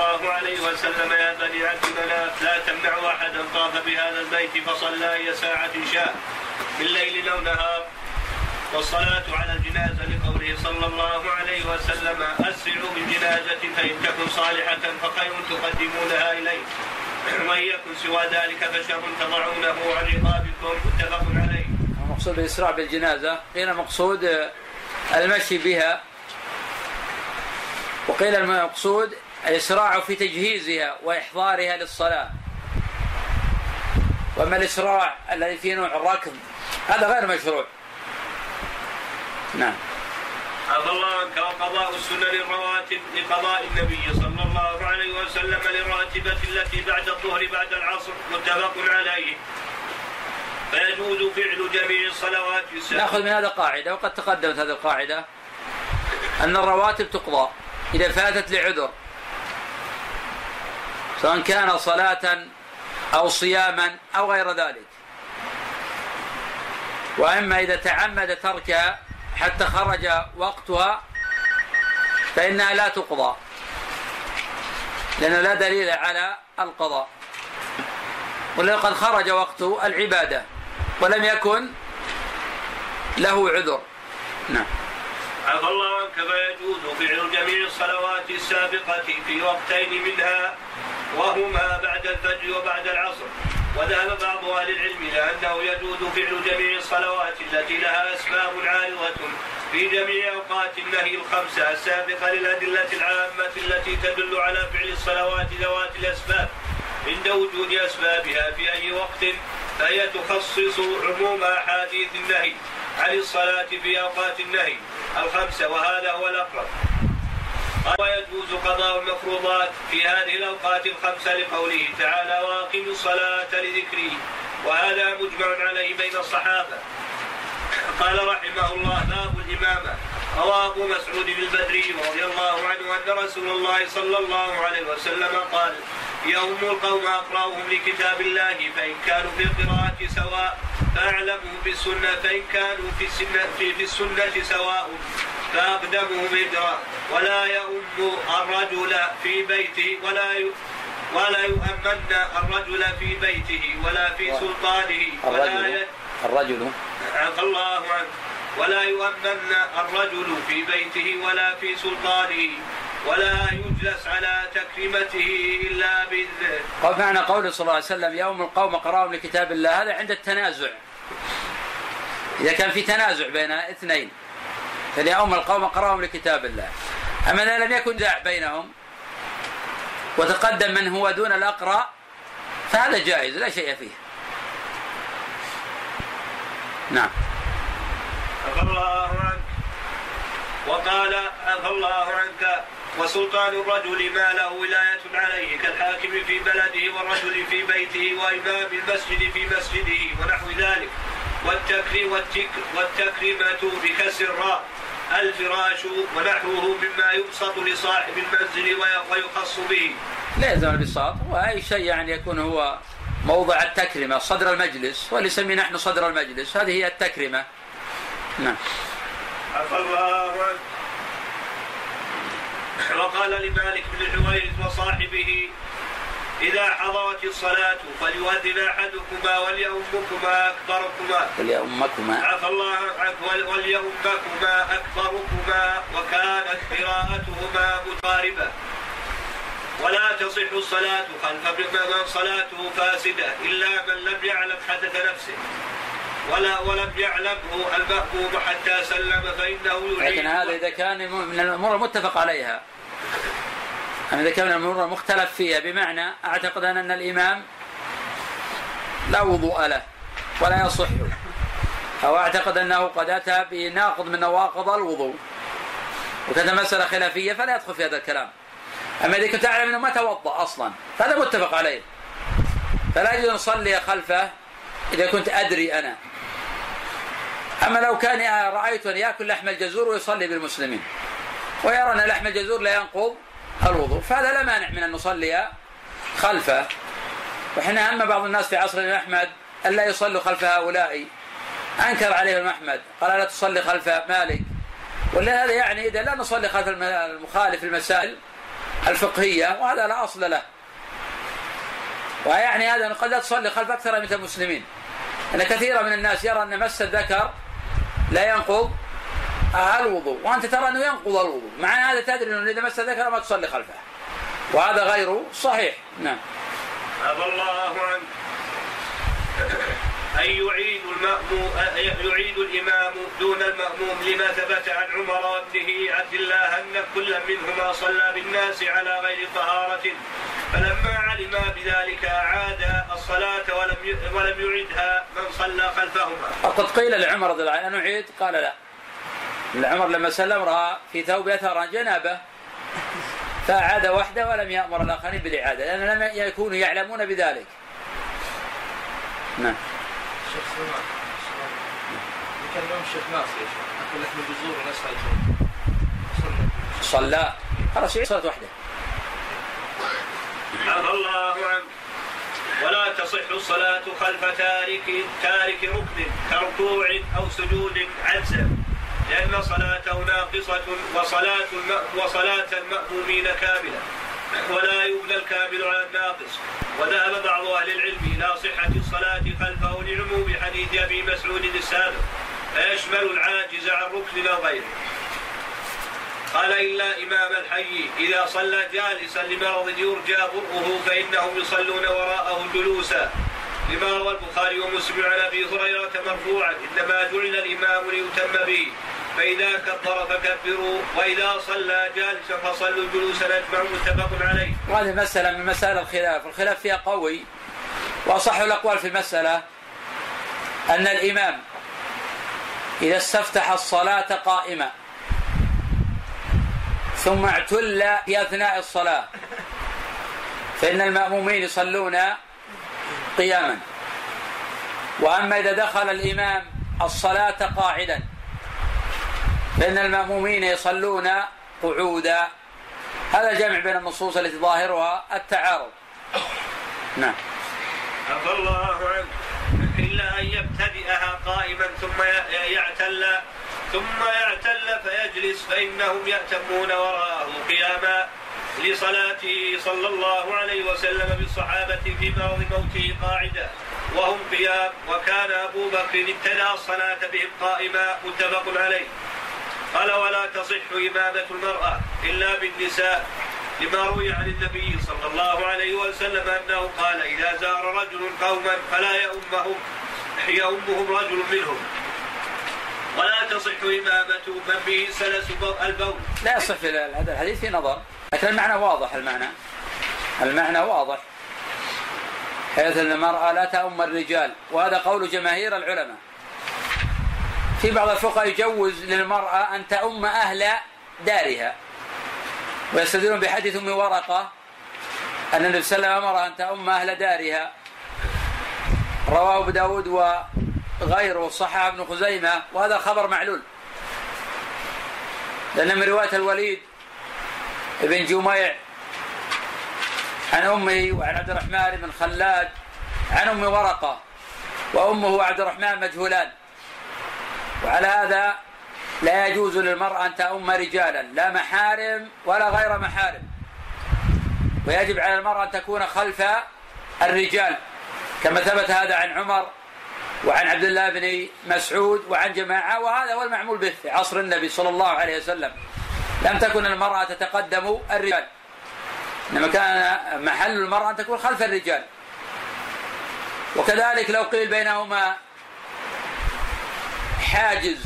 الله عليه وسلم: يا بني عبد مناف لا تمنعوا أحدا طاف بهذا البيت فصلى أي ساعة شاء من ليل أو نهار. والصلاة على الجنازة لقوله صلى الله عليه وسلم: أسرعوا بالجنازة فإن تكن صالحة فخير تقدمونها إليه، وإن يكن سوى ذلك فشر تضعونه عن رقابكم. متفق عليه. المقصود بالإسراع بالجنازة قيل المقصود المشي بها، وقيل المقصود الإسراع في تجهيزها وإحضارها للصلاة. وأما الإسراع الذي فيه نوع الركض هذا غير مشروع. نعم. عفى الله عنك. وقضاء السنن الرواتب لقضاء النبي صلى الله عليه وسلم للراتبة التي بعد الظهر بعد العصر. متفق عليه. فيجوز فعل جميع الصلوات السنة. نأخذ من هذا قاعدة، وقد تقدمت هذه القاعدة، أن الرواتب تقضى إذا فاتت لعذر، سواء كان صلاة أو صياما أو غير ذلك. وأما إذا تعمد تركها حتى خرج وقتها فإنها لا تقضى، لأن لا دليل على القضاء، ولقد خرج وقت العبادة ولم يكن له عذر. نعم. عفى الله عنك. فيجوز فعل جميع الصلوات السابقة في وقتين منها، وهما بعد الفجر وبعد العصر. وذهب بعض أهل العلم إلى أنه يجوز فعل جميع الصلوات التي لها أسباب عارضة في جميع أوقات النهي الخمسة السابقة للأدلة العامة التي تدل على فعل الصلوات ذوات الأسباب عند وجود أسبابها في أي وقت، فهي تخصص عموم أحاديث النهي عن الصلاة في أوقات النهي الخمسة، وهذا هو الأقرب. ويجوز قضاء المفروضات في هذه الأوقات الخمسة لقوله تعالى: وأقيموا الصلاة لذكري، وهذا مجمع عليه بين الصحابة. قال رحمه الله: باب الإمامة. روى أبو مسعود البدري رضي الله عنه أن رسول الله صلى الله عليه وسلم قال: يوم القوم أقرأهم لكتاب الله، فإن كانوا في القراءة سواء فأعلمهم بالسنة، فإن كانوا في السنة سواء فأقدمهم هجرة، ولا يؤم الرجل في بيته ولا يؤمن الرجل في بيته ولا في سلطانه ولا يؤمن الرجل في بيته ولا في سلطانه، ولا يجلس على تكريمته إلا بإذنه. قال معنى قوله صلى الله عليه وسلم: يوم القوم أقرأهم لكتاب الله، هذا عند التنازع، إذا كان في تنازع بين اثنين فاليوم القوم أقرأهم لكتاب الله. أما إذا لم يكن داع بينهم وتقدم من هو دون الأقرأ فهذا جائز لا شيء فيه. نعم. عفى الله عنك. وقال: عفى الله عنك. وسلطان الرجل ما له ولاية عليه كالحاكم في بلده والرجل في بيته وإمام المسجد في مسجده ونحو ذلك. والتكريمة بكسر الراء الفراش ونحوه مما يبسط لصاحب المنزل ويخص به. لا يلزم البساط، وأي شيء يعني يكون هو موضع التكريمة، صدر المجلس، ولسمي نحن صدر المجلس، هذه هي التكريمة. نعم. عفى الله عنه. وقال لمالك بن الحويرث وصاحبه: إذا حضرت الصلاة فليؤذن أحدكما وليؤمكما أكبركما. عفى الله عنه. وليؤمكما أكبركما، وكانت قراءتهما متقاربة. ولا تصح الصلاة خلف من صلاته فاسدة إلا من لم يعلم حدث نفسه ولم يعلمه المأموم حتى سلم فإنه يعيد. لكن هذا إذا كان من الأمور المتفق عليها، أما إذا كان من الأمور المختلف فيها، بمعنى أعتقد أن الإمام لا وضوء له ولا يصح، أو أعتقد أنه قد أتى بناقض من نواقض الوضوء، وكذا مسألة خلافية فلا يدخل في هذا الكلام. أما إذا كنت أعلم أنه ما توضأ أصلا فهذا متفق عليه، فلا يجوز أن نصلي خلفه إذا كنت أدري أنا. أما لو كان رأيت أن يأكل لحم الجزور ويصلي بالمسلمين ويرى أن لحم الجزور لا ينقض الوضوء، فهذا لا مانع من أن نصلي خلفه. وحنا أما بعض الناس في عصر الإمام أحمد ألا يصلوا خلف هؤلاء، أنكر عليهم أحمد، قال لا تصلي خلف مالك. ولهذا يعني إذا لا نصلي خلف المخالف المسائل الفقهية، وهذا لا أصل له. ويعني هذا قد لا تصلي خلف أكثر من المسلمين، أن كثيرا من الناس يرى أن مس الذكر لا ينقض الوضوء، وأنت ترى أنه ينقض الوضوء، مع أن هذا تدري أنه إذا مس الذكر ما تصلي خلفه، وهذا غير صحيح. نعم. عفى الله عنه. أن يعيد الإمام دون المأموم لما ثبت عن عمر وابنه عبد الله أن كل منهما صلى بالناس على غير طهارة، فلما علم بذلك أعاد الصلاة ولم يعدها من صلى خلفهما. وقد قيل لعمر رضي الله عنه أن نعيد، قال لا. العمر لما سلم رأى في ثوب أثر جنابه فأعاد وحده ولم يأمر الآخرين بالإعادة، لأنهم لم يكونوا يعلمون بذلك. نعم. شيخ سلمان كان اليوم الشيخ ناصر أكل لحم الجزور وناس هايتون صلى خلاص يعيد صلاة وحده. عفى الله عنه. ولا تصح الصلاة خلف تارك ركن كركوع أو سجود عجزا، لأن صلاته ناقصة وصلاة المأمومين كاملة، ولا يبنى الكامل على الناقص. وذهب بعض أهل العلم إلى صحة الصلاة خلفه لعموم حديث أبي مسعود السابق، فيشمل العاجز عن ركن أو غيره. قال إلا إمام الحي إذا صلى جالسا لمرض يرجى برؤه فإنهم يصلون وراءه جلوسا، لما روى البخاري ومسلم عن أبي هريرة مرفوعا إنما جعل الإمام ليتم به، فإذا كبر فكبروا وإذا صلى جالسا فصلوا جلوسا أجمع، متفق عليه. وهذه مسألة من مسائل الخلاف فيها قوي، وأصح الأقوال في المسألة أن الإمام إذا استفتح الصلاة قائمة ثم اعتل في أثناء الصلاة فإن المأمومين يصلون قياما، وأما إذا دخل الإمام الصلاة قاعدا فإن المأمومين يصلون قعودا. هذا الجمع بين النصوص التي ظاهرها التعارض. نعم. عفى الله عنه. إلا أن يبتدئها قائما ثم يعتل فيجلس فإنهم يأتمون وراءه قياما لصلاته صلى الله عليه وسلم بالصحابة في مرض موته قاعدا وهم قيام، وكان أبو بكر ابتدأ الصلاة بهم قائما، متفق عليه. قال ولا تصح إمامة المرأة إلا بالنساء، لما روي عن النبي صلى الله عليه وسلم أنه قال إذا زار رجل قوما فلا يؤمهم رجل منهم. ولا تصح إمامة من به سلس البول. لا يصح في هذا الحديث في نظر، لكن المعنى واضح. المعنى واضح، حيث أن المرأة لا تؤم الرجال، وهذا قول جماهير العلماء. في بعض الفقهاء يجوز للمرأة أن تؤم أهل دارها، ويستدلون بحديث أم ورقة أن النبي صلى الله عليه وسلم أمر أن تؤم أهل دارها، رواه أبو داود وغيره، صححه ابن خزيمة، وهذا خبر معلول، لأن من رواية الوليد بن جميع عن أمه وعن عبد الرحمن بن خلاد عن أم ورقة، وأمه وعبد الرحمن مجهولان، وعلى هذا لا يجوز للمرأة أن تؤم رجالا لا محارم ولا غير محارم، ويجب على المرأة أن تكون خلف الرجال، كما ثبت هذا عن عمر وعن عبد الله بن مسعود وعن جماعة، وهذا هو المعمول به في عصر النبي صلى الله عليه وسلم. لم تكن المرأة تتقدم الرجال، إنما كان محل المرأة أن تكون خلف الرجال. وكذلك لو قيل بينهما حاجز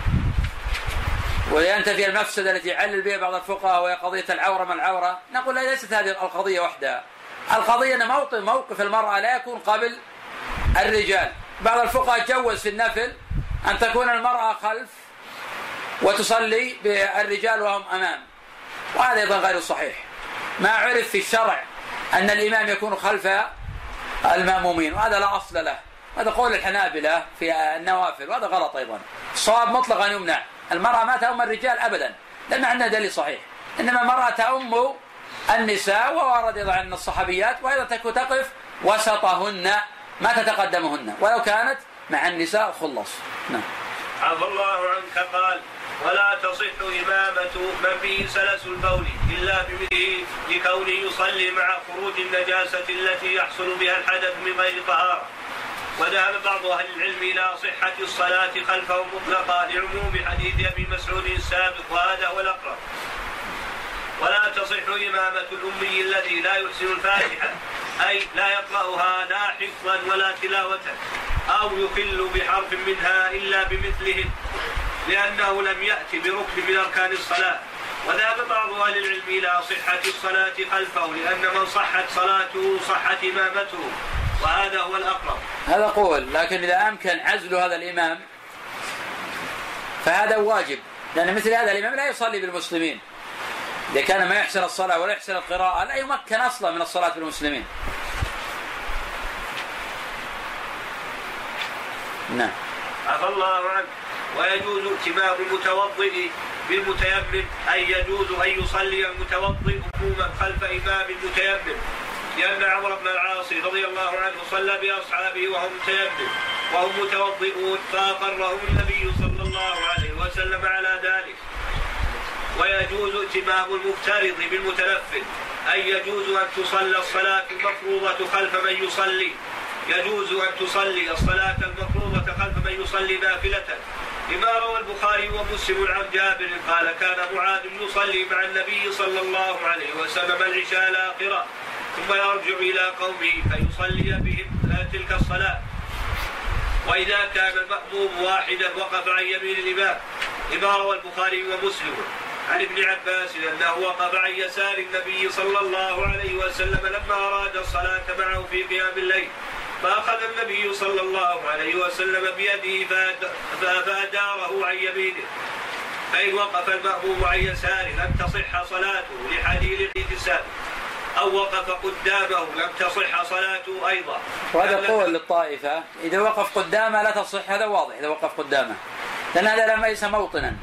وينتفي المفسدة التي يعلل بها بعض الفقهاء وهي قضية العورة من العورة، نقول لا، ليست هذه القضية وحدها. القضية أن موقف المرأة لا يكون قبل الرجال. بعض الفقهاء جوز في النفل أن تكون المرأة خلف وتصلي بالرجال وهم أمام، وهذا أيضا غير صحيح. ما عرف في الشرع أن الإمام يكون خلف المأمومين، وهذا لا أصل له. هذا قول الحنابلة في النوافل، وهذا غلط أيضا. الصواب مطلقا يمنع، المرأة ما تؤم الرجال أبدا، لأن عندنا دليل صحيح. إنما المرأة تؤم النساء، وورد أيضا عن الصحابيات، وأيضا تقف وسطهن ما تتقدمهن، ولو كانت مع النساء خلص. نعم. عفى الله عنك. قال ولا تصح إمامة من به سلس البول إلا بمثله لكونه يصلي مع خروج النجاسة التي يحصل بها الحدث من غير طهارة. وذهب بعض أهل العلم إلى صحة الصلاة خلفه مطلقا لعموم حديث أبي مسعود السابق، وهذا هو الأقرب. ولا تصح إمامة الأمي الذي لا يحسن الفاتحة، أي لا يقرأها لا حفظا ولا تلاوة، أو يخل بحرف منها إلا بمثلهم، لأنه لم يأتي بركن من أركان الصلاة. وذهب بعض أهل العلم إلى صحة الصلاة خلفه، لأن من صحت صلاته صحت إمامته، وهذا هو الأقرب. هذا قول، لكن إذا أمكن عزل هذا الإمام فهذا واجب، لأن مثل هذا الإمام لا يصلي بالمسلمين إذا كان ما يحسن الصلاة ولا يحسن القراءة، لا يمكن أصلا من الصلاة بالمسلمين. نعم. عفى الله عنه. ويجوز ائتمام المتوضئ بالمتيمم، أي يجوز أن يصلي المتوضئ أموما خلف إمام المتيمم، لأن عمرو بن العاص رضي الله عنه صلى بأصحابه وهم متيمم وهم متوضئون، فأقرهم النبي صلى الله عليه وسلم على ذلك. ويجوز ائتمام المفترض بالمتنفل، أي يجوز أن تصلى الصلاة المفروضة خلف من يصلي، يجوز أن تصلي الصلاة المفروضة خلف من يصلي نافلة، لما روى البخاري ومسلم عن جابر قال كان معاذ يصلي مع النبي صلى الله عليه وسلم العشاء الآخرة، ثم يرجع إلى قومه فيصلي بهم تلك الصلاة. وإذا كان المأموم واحدا وقف عن يمين الإمام، لما روى البخاري ومسلم عن ابن عباس أنه وقف عن يسار النبي صلى الله عليه وسلم لما أراد الصلاة معه في قيام الليل، فأخذ النبي صلى الله عليه وسلم بيده فأداره عن يمينه، فإن وقف المأموم عن يساره لم تصح صلاته لحديث السابق، أو وقف قدامه لم تصح صلاته أيضا. وهذا قول للطائفة إذا وقف قدامه لا تصح، هذا واضح إذا وقف قدامه، لأن هذا ليس موطنا،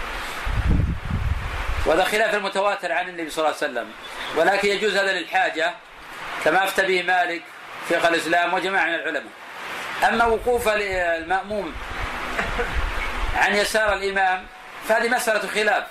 وهذا خلاف المتواتر عن النبي صلى الله عليه وسلم، ولكن يجوز هذا للحاجة كما أفتى به مالك شيخ الإسلام وجماعة من العلماء. أما وقوف المأموم عن يسار الإمام فهذه مسألة خلاف،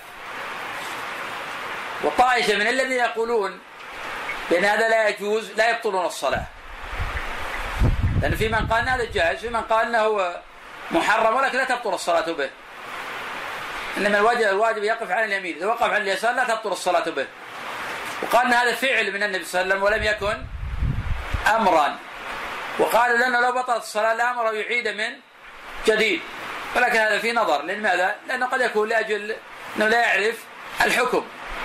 وطائفة من الذين يقولون بأن هذا لا يجوز لا يبطلون الصلاة، لأن في من قال هذا جائز، في من قال أنه محرم ولكن لا تبطل الصلاة به، إنما الواجب يقف عن اليمين، إذا وقف عن اليسار لا تبطل الصلاة به. وقال أن هذا فعل من النبي صلى الله عليه وسلم ولم يكن أمرا، وقالوا لأنه لو بطلت الصلاة الأمر يعيد من جديد، ولكن هذا في نظر. لماذا؟ لأنه قد يكون لأجل أنه لا يعرف الحكم.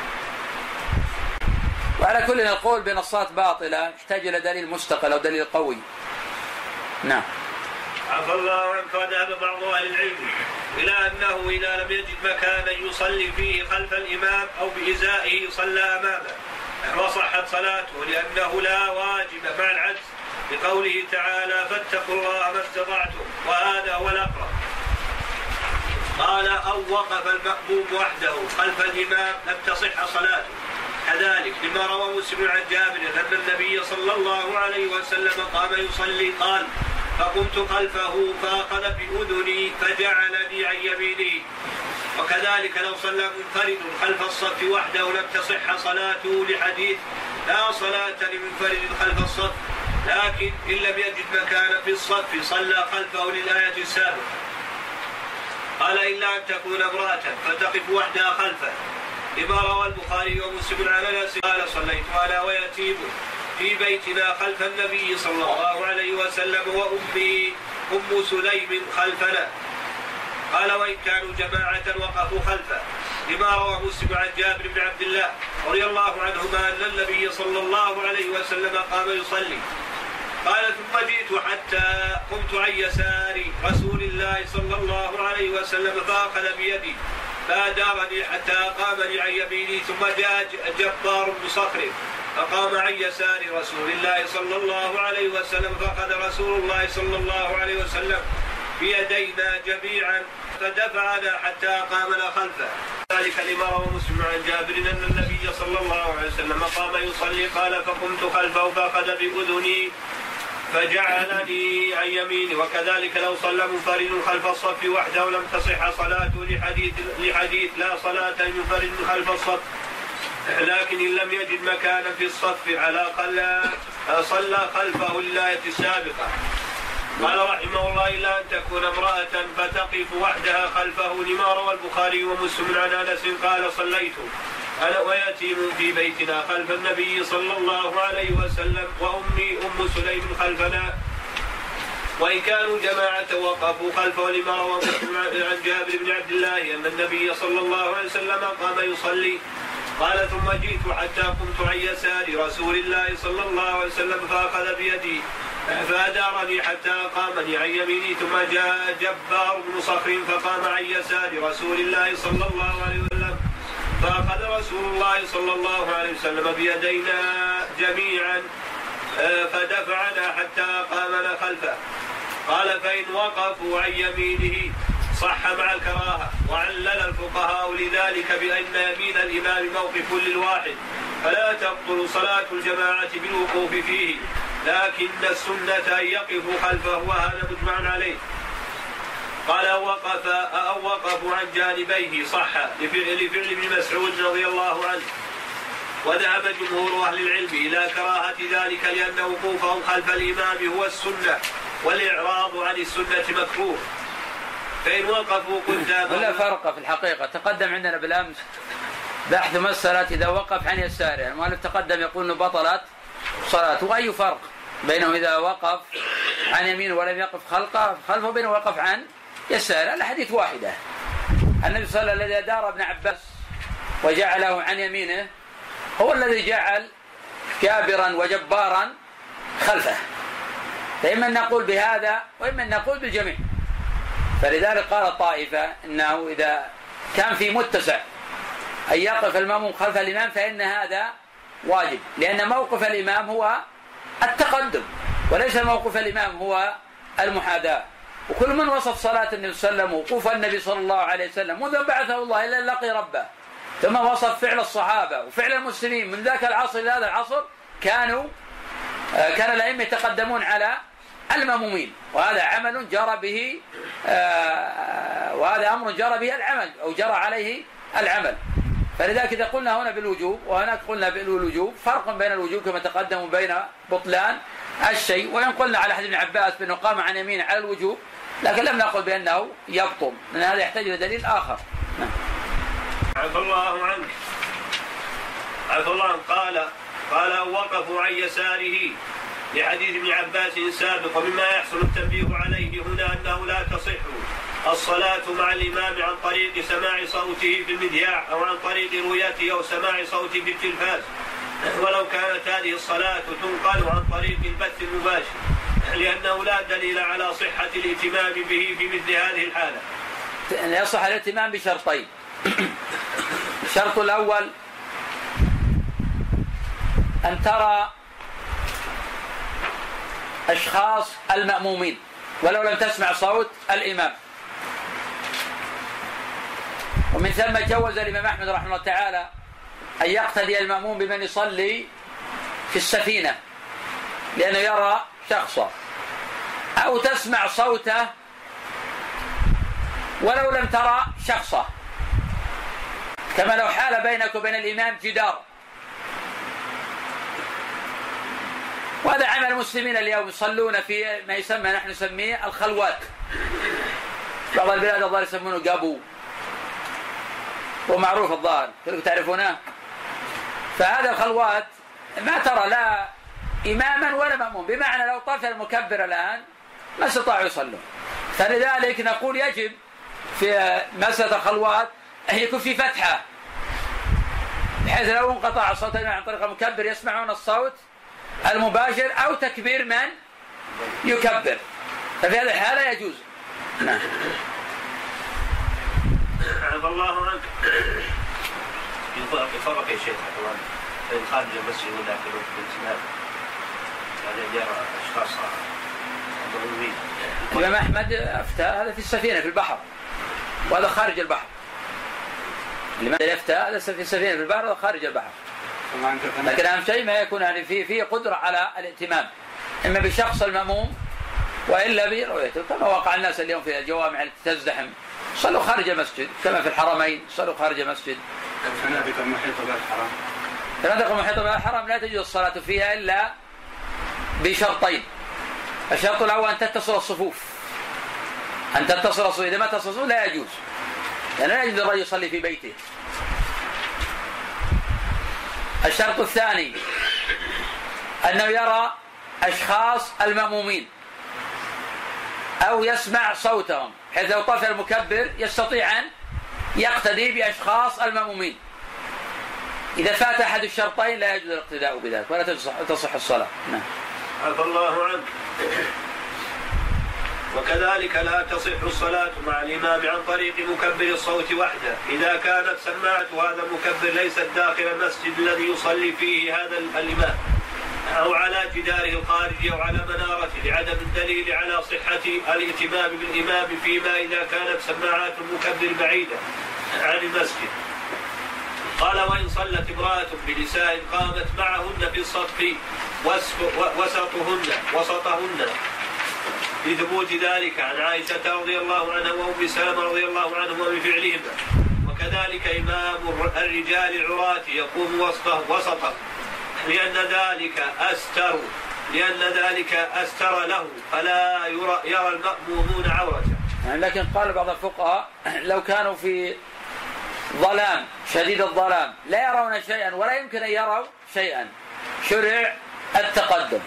وعلى كل القول بأن الصلاة باطلة يحتاج إلى دليل مستقل أو دليل قوي. نعم. عفى الله عنك. وذهب بعض أهل العلم إلى أنه إذا لم يجد مكانا يصلي فيه خلف الإمام أو بإزائه صلى أمامه وصحت صلاته، لأنه لا واجب مع العجز، بقوله تعالى فاتقوا الله ما استطعتم، وهذا هو الأقرب. قال أو وقف المأموم وحده خلف الإمام لم تصح صلاته، كذلك لما روى مسلم عن جابر أن النبي صلى الله عليه وسلم قام يصلي قال فقمت خلفه فأخذ بأذني فجعلني عن يمينه. وكذلك لو صلى منفرد خلف الصف وحده لم تصح صلاته، لحديث لا صلاة لمنفرد خلف الصف، لكن إن لم يجد مكانا في الصف صلى خلفه للآية السابقة. قال إلا أن تكون امرأة فتقف وحدها خلفه، لما روى البخاري ومسلم عن أنس قال صليت أنا ويتيم في بيتنا خلف النبي صلى الله عليه وسلم وأمي أم سليم خلفنا. قال وإن كانوا جماعة وقفوا خلفه، لما روى مسلم عن جابر بن عبد الله رضي الله عنهما أن النبي صلى الله عليه وسلم قام يصلي. قال ثم جئت حتى قمت عن يسار رسول الله صلى الله عليه وسلم فأخذ بيدي فأدارني حتى أقامني عن يميني، ثم جاء جبار بصخر فقام عن يسار رسول الله صلى الله عليه وسلم، فأخذ رسول الله صلى الله عليه وسلم بيدينا جميعا فدفعنا حتى أقامنا خلفه. ذلك لما روى مسلم عن جابر أن النبي صلى الله عليه وسلم قام يصلي قال فقمت خلفه فأخذ بأذني فجعلني عن يميني. وكذلك لو صلى منفرد خلف الصف وحده لم تصح صلاته لحديث لا صلاة منفرد خلف الصف، لكن إن لم يجد مكانا في الصف على الأقل صلى خلفه للآية السابقة. قال رحمه الله إلا أن تكون امرأة فتقف وحدها خلفه، لما روى البخاري ومسلم عن أنس قال صليت أنا ويتيم في بيتنا خلف النبي صلى الله عليه وسلم وأمي أم سليم خلفنا، وإن كانوا جماعة وقفوا خلفه، لما روى مسلم عن جابر بن عبد الله أن النبي صلى الله عليه وسلم قام يصلي. قال ثم جئت حتى قمت عن يسار رسول الله صلى الله عليه وسلم فأخذ بيدي فأدارني حتى قامني عن يميني، ثم جاء جبار بن صخر فقام عن يسار رسول الله صلى الله عليه وسلم فأخذ رسول الله صلى الله عليه وسلم بيدينا جميعا فدفعنا حتى قامنا خلفه. قال فإن وقفوا عن يمينه صح مع الكراهة، وعلل الفقهاء لذلك بأن يمين الإمام موقف للواحد فلا تبطل صلاة الجماعة بالوقوف فيه، لكن السنة أن يقفوا خلفه وهذا مجمع عليه. قال أو وقفوا عن جانبيه صح لفعل ابن مسعود رضي الله عنه. وذهب جمهور أهل العلم إلى كراهة ذلك لأن وقوفهم خلف الإمام هو السنة والإعراض عن السنة مكروه. فإن وقفوا قدامه ولا فرق في الحقيقة. تقدم عندنا بالأمس بحث مسألة إذا وقف عن يساره، المؤلف تقدم يقول أنه بطلت صلاته، وأي فرق بينه إذا وقف عن يمينه ولم يقف خلفه بينه وقف عن يساره؟ الحديث واحدة. النبي صلى الله عليه وسلم الذي دار ابن عباس وجعله عن يمينه هو الذي جعل كابرا وجبارا خلفه، فإما نقول بهذا وإما نقول بالجميع. فلذلك قال الطائفة إنه إذا كان في متسع أن يقف المأموم خلف الإمام فإن هذا واجب، لأن موقف الإمام هو التقدم وليس موقف الإمام هو المحاذاة. وكل من وصف صلاة النبي صلى الله عليه وسلم وقوف النبي صلى الله عليه وسلم منذ بعثه الله إلا لقي ربه، ثم وصف فعل الصحابة وفعل المسلمين من ذاك العصر إلى هذا العصر كان الأئمة يتقدمون على المأمومين، وهذا عمل جرى به وهذا أمر جرى به العمل أو جرى عليه العمل. فلذلك إذا قلنا هنا بالوجوب وهناك قلنا بالوجوب فرق بين الوجوب كما تقدم وبين بطلان الشيء. وإن قلنا على حديث ابن عباس بأنه قام عن يمين على الوجوب، لكن لم نقل بأنه يبطل، لأن هذا يحتاج إلى دليل آخر. عفى الله عنك. عفى الله عنك. قال وقفوا عن يساره لحديث ابن عباس سابق. ومما يحصل التنبيه عليه هنا أنه لا تصح الصلاة مع الإمام عن طريق سماع صوته في المذياع أو عن طريق رؤيته أو سماع صوته في التلفاز، ولو كانت هذه الصلاة تنقل عن طريق البث المباشر، لأنه لا دليل على صحة الائتمام به في مثل هذه الحالة. يصح الائتمام بشرطين. الشرط الأول أن ترى أشخاص المأمومين ولو لم تسمع صوت الإمام. ومن ثم جوز الإمام أحمد رحمه الله تعالى أن يقتدي المأموم بمن يصلي في السفينة لأنه يرى شخصا، أو تسمع صوته ولو لم ترى شخصه، كما لو حال بينك وبين الإمام جدار. وهذا عمل المسلمين اليوم، يصلون في ما يسمى نحن نسميه الخلوات. بعض البلاد الظاهر يسمونه قابو، ومعروف الظاهر كلكم تعرفونه. فهذا الخلوات ما ترى لا إماما ولا مأموم، بمعنى لو طفل المكبر الآن ما استطاعوا يصلوا. فلذلك نقول يجب في مسألة الخلوات أن يكون في فتحة، بحيث لو انقطع الصوت عن طريق المكبر يسمعون الصوت المباشر أو تكبير من يكبر، ففي هذه الحالة يجوز. نعم. عفى الله عنك. يفرق يا شيخ بين خارج المسجد وداخل الانتماء، يعني يرى أشخاص ضروريين. الإمام أحمد أفتى هذا في السفينة في البحر، وهذا خارج البحر. الإمام أفتى هذا في السفينة في البحر وهذا خارج البحر. لكن أهم شيء ما يكون يعني فيه قدرة على الائتمام. إما بشخص المأموم وإلا برؤيته، كما وقع الناس اليوم في الجوامع التي تزدحم صلوا خارج مسجد، كما في الحرمين صلوا خارج مسجد. الفنادق المحيطة بالحرم، الفنادق المحيطة بالحرم لا تجوز الصلاة فيها إلا بشرطين. الشرط الأول أن تتصل الصفوف، أن تتصل الصفوف، إذا ما تتصل الصفوف لا يجوز، يعني لا يجوز الرجل يصلي في بيته. الشرط الثاني أنه يرى أشخاص المأمومين أو يسمع صوتهم، حيث لو طفى المكبر يستطيع أن يقتدي بأشخاص المأمومين. إذا فات أحد الشرطين لا يجوز الاقتداء بذلك ولا تصح الصلاة. نعم. عفى الله عنك. وكذلك لا تصح الصلاة مع الإمام عن طريق مكبر الصوت وحده إذا كانت سماعة هذا المكبر ليست داخل المسجد الذي يصلي فيه هذا الإمام، أو على جداره الخارجي أو على منارته، لعدم الدليل على صحة الائتمام بالإمام فيما إذا كانت سماعات المكبر بعيدة عن المسجد. قال: وإن صلت امرأة بنساء قامت معهن في الصف وسطهن لثبوت ذلك عن عائشة رضي الله عنها وأم سلمة رضي الله عنهما بفعلهما. وكذلك إمام الرجال العراة يقوم وسطه لأن ذلك أستر له فلا يرى المأمومون عورته. لكن قال بعض الفقهاء لو كانوا في ظلام شديد الظلام لا يرون شيئا ولا يمكن أن يروا شيئا شرع التقدم،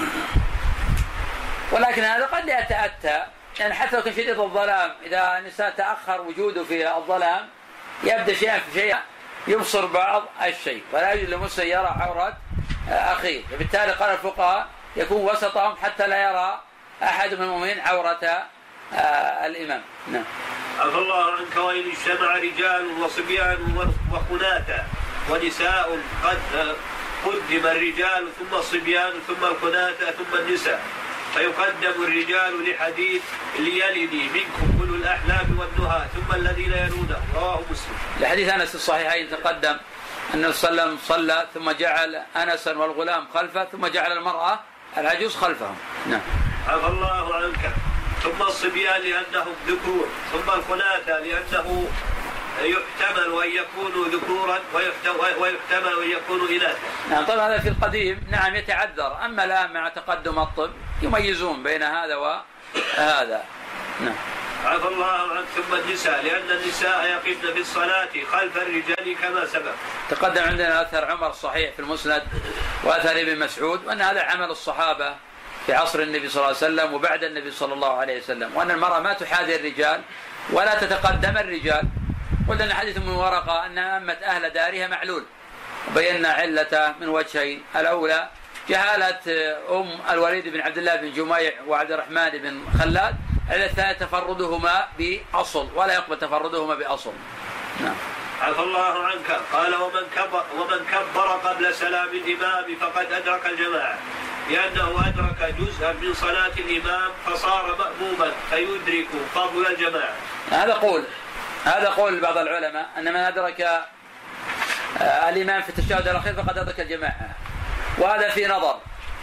ولكن هذا قد لا يتأتى، يعني حتى لو كان شديد الظلام إذا الإنسان تأخر وجوده في الظلام يبدأ شيئا في شيء يبصر بعض الشيء، ولا يجوز للمسلم يرى عورة أخيه. بالتالي قال الفقهاء يكون وسطهم حتى لا يرى أحد من المؤمنين عورة الإمام. نعم. عفى الله عنك. وإن اجتمع رجال وصبيان وخناثا ونساء قدم الرجال ثم الصبيان ثم الخناثا ثم النساء، فيقدم الرجال لحديث ليلني منكم أولو الأحلام والنهى ثم الذين يلونه، رواه مسلم. لحديث أنس الصحيحين تقدم أن صلى الله عليه وسلم صلى ثم جعل أنسا والغلام خلفه ثم جعل المرأة العجوز خلفهم. نعم. عفى الله عنك. ثم الصبيان لأنهم ذكور، ثم الخناثة لأنه يحتمل أن يكونوا ذكورا ويحتمل أن يكونوا إناثا. نعم. طبعا هذا في القديم نعم يتعذر، أما الآن مع تقدم الطب يميزون بين هذا وهذا. نعم. عفى الله عنك. ثم النساء لأن النساء يقفن في الصلاة خلف الرجال كما سبق. تقدم عندنا أثر عمر الصحيح في المسند وأثر ابن مسعود، وأن هذا عمل الصحابة في عصر النبي صلى الله عليه وسلم وبعد النبي صلى الله عليه وسلم، وأن المرأة ما تحاذي الرجال ولا تتقدم الرجال. قلنا حديث من ورقة أن أمت أهل دارها معلول، وبينا علته من وجهين: الأولى جهالة الوليد بن عبد الله بن جميع وعبد الرحمن بن خلاد، الثانية تفردهما بأصل ولا يقبل تفردهما بأصل. نعم. عفى الله عنك. قال: ومن كبر قبل سلام الإمام فقد أدرك الجماعة، لأنه أدرك جزءا من صلاة الإمام فصار مأموما فيدرك فضل الجماعة. هذا قول بعض العلماء أن من أدرك الإمام في التشهد الأخير فقد أدرك الجماعة، وهذا في نظر،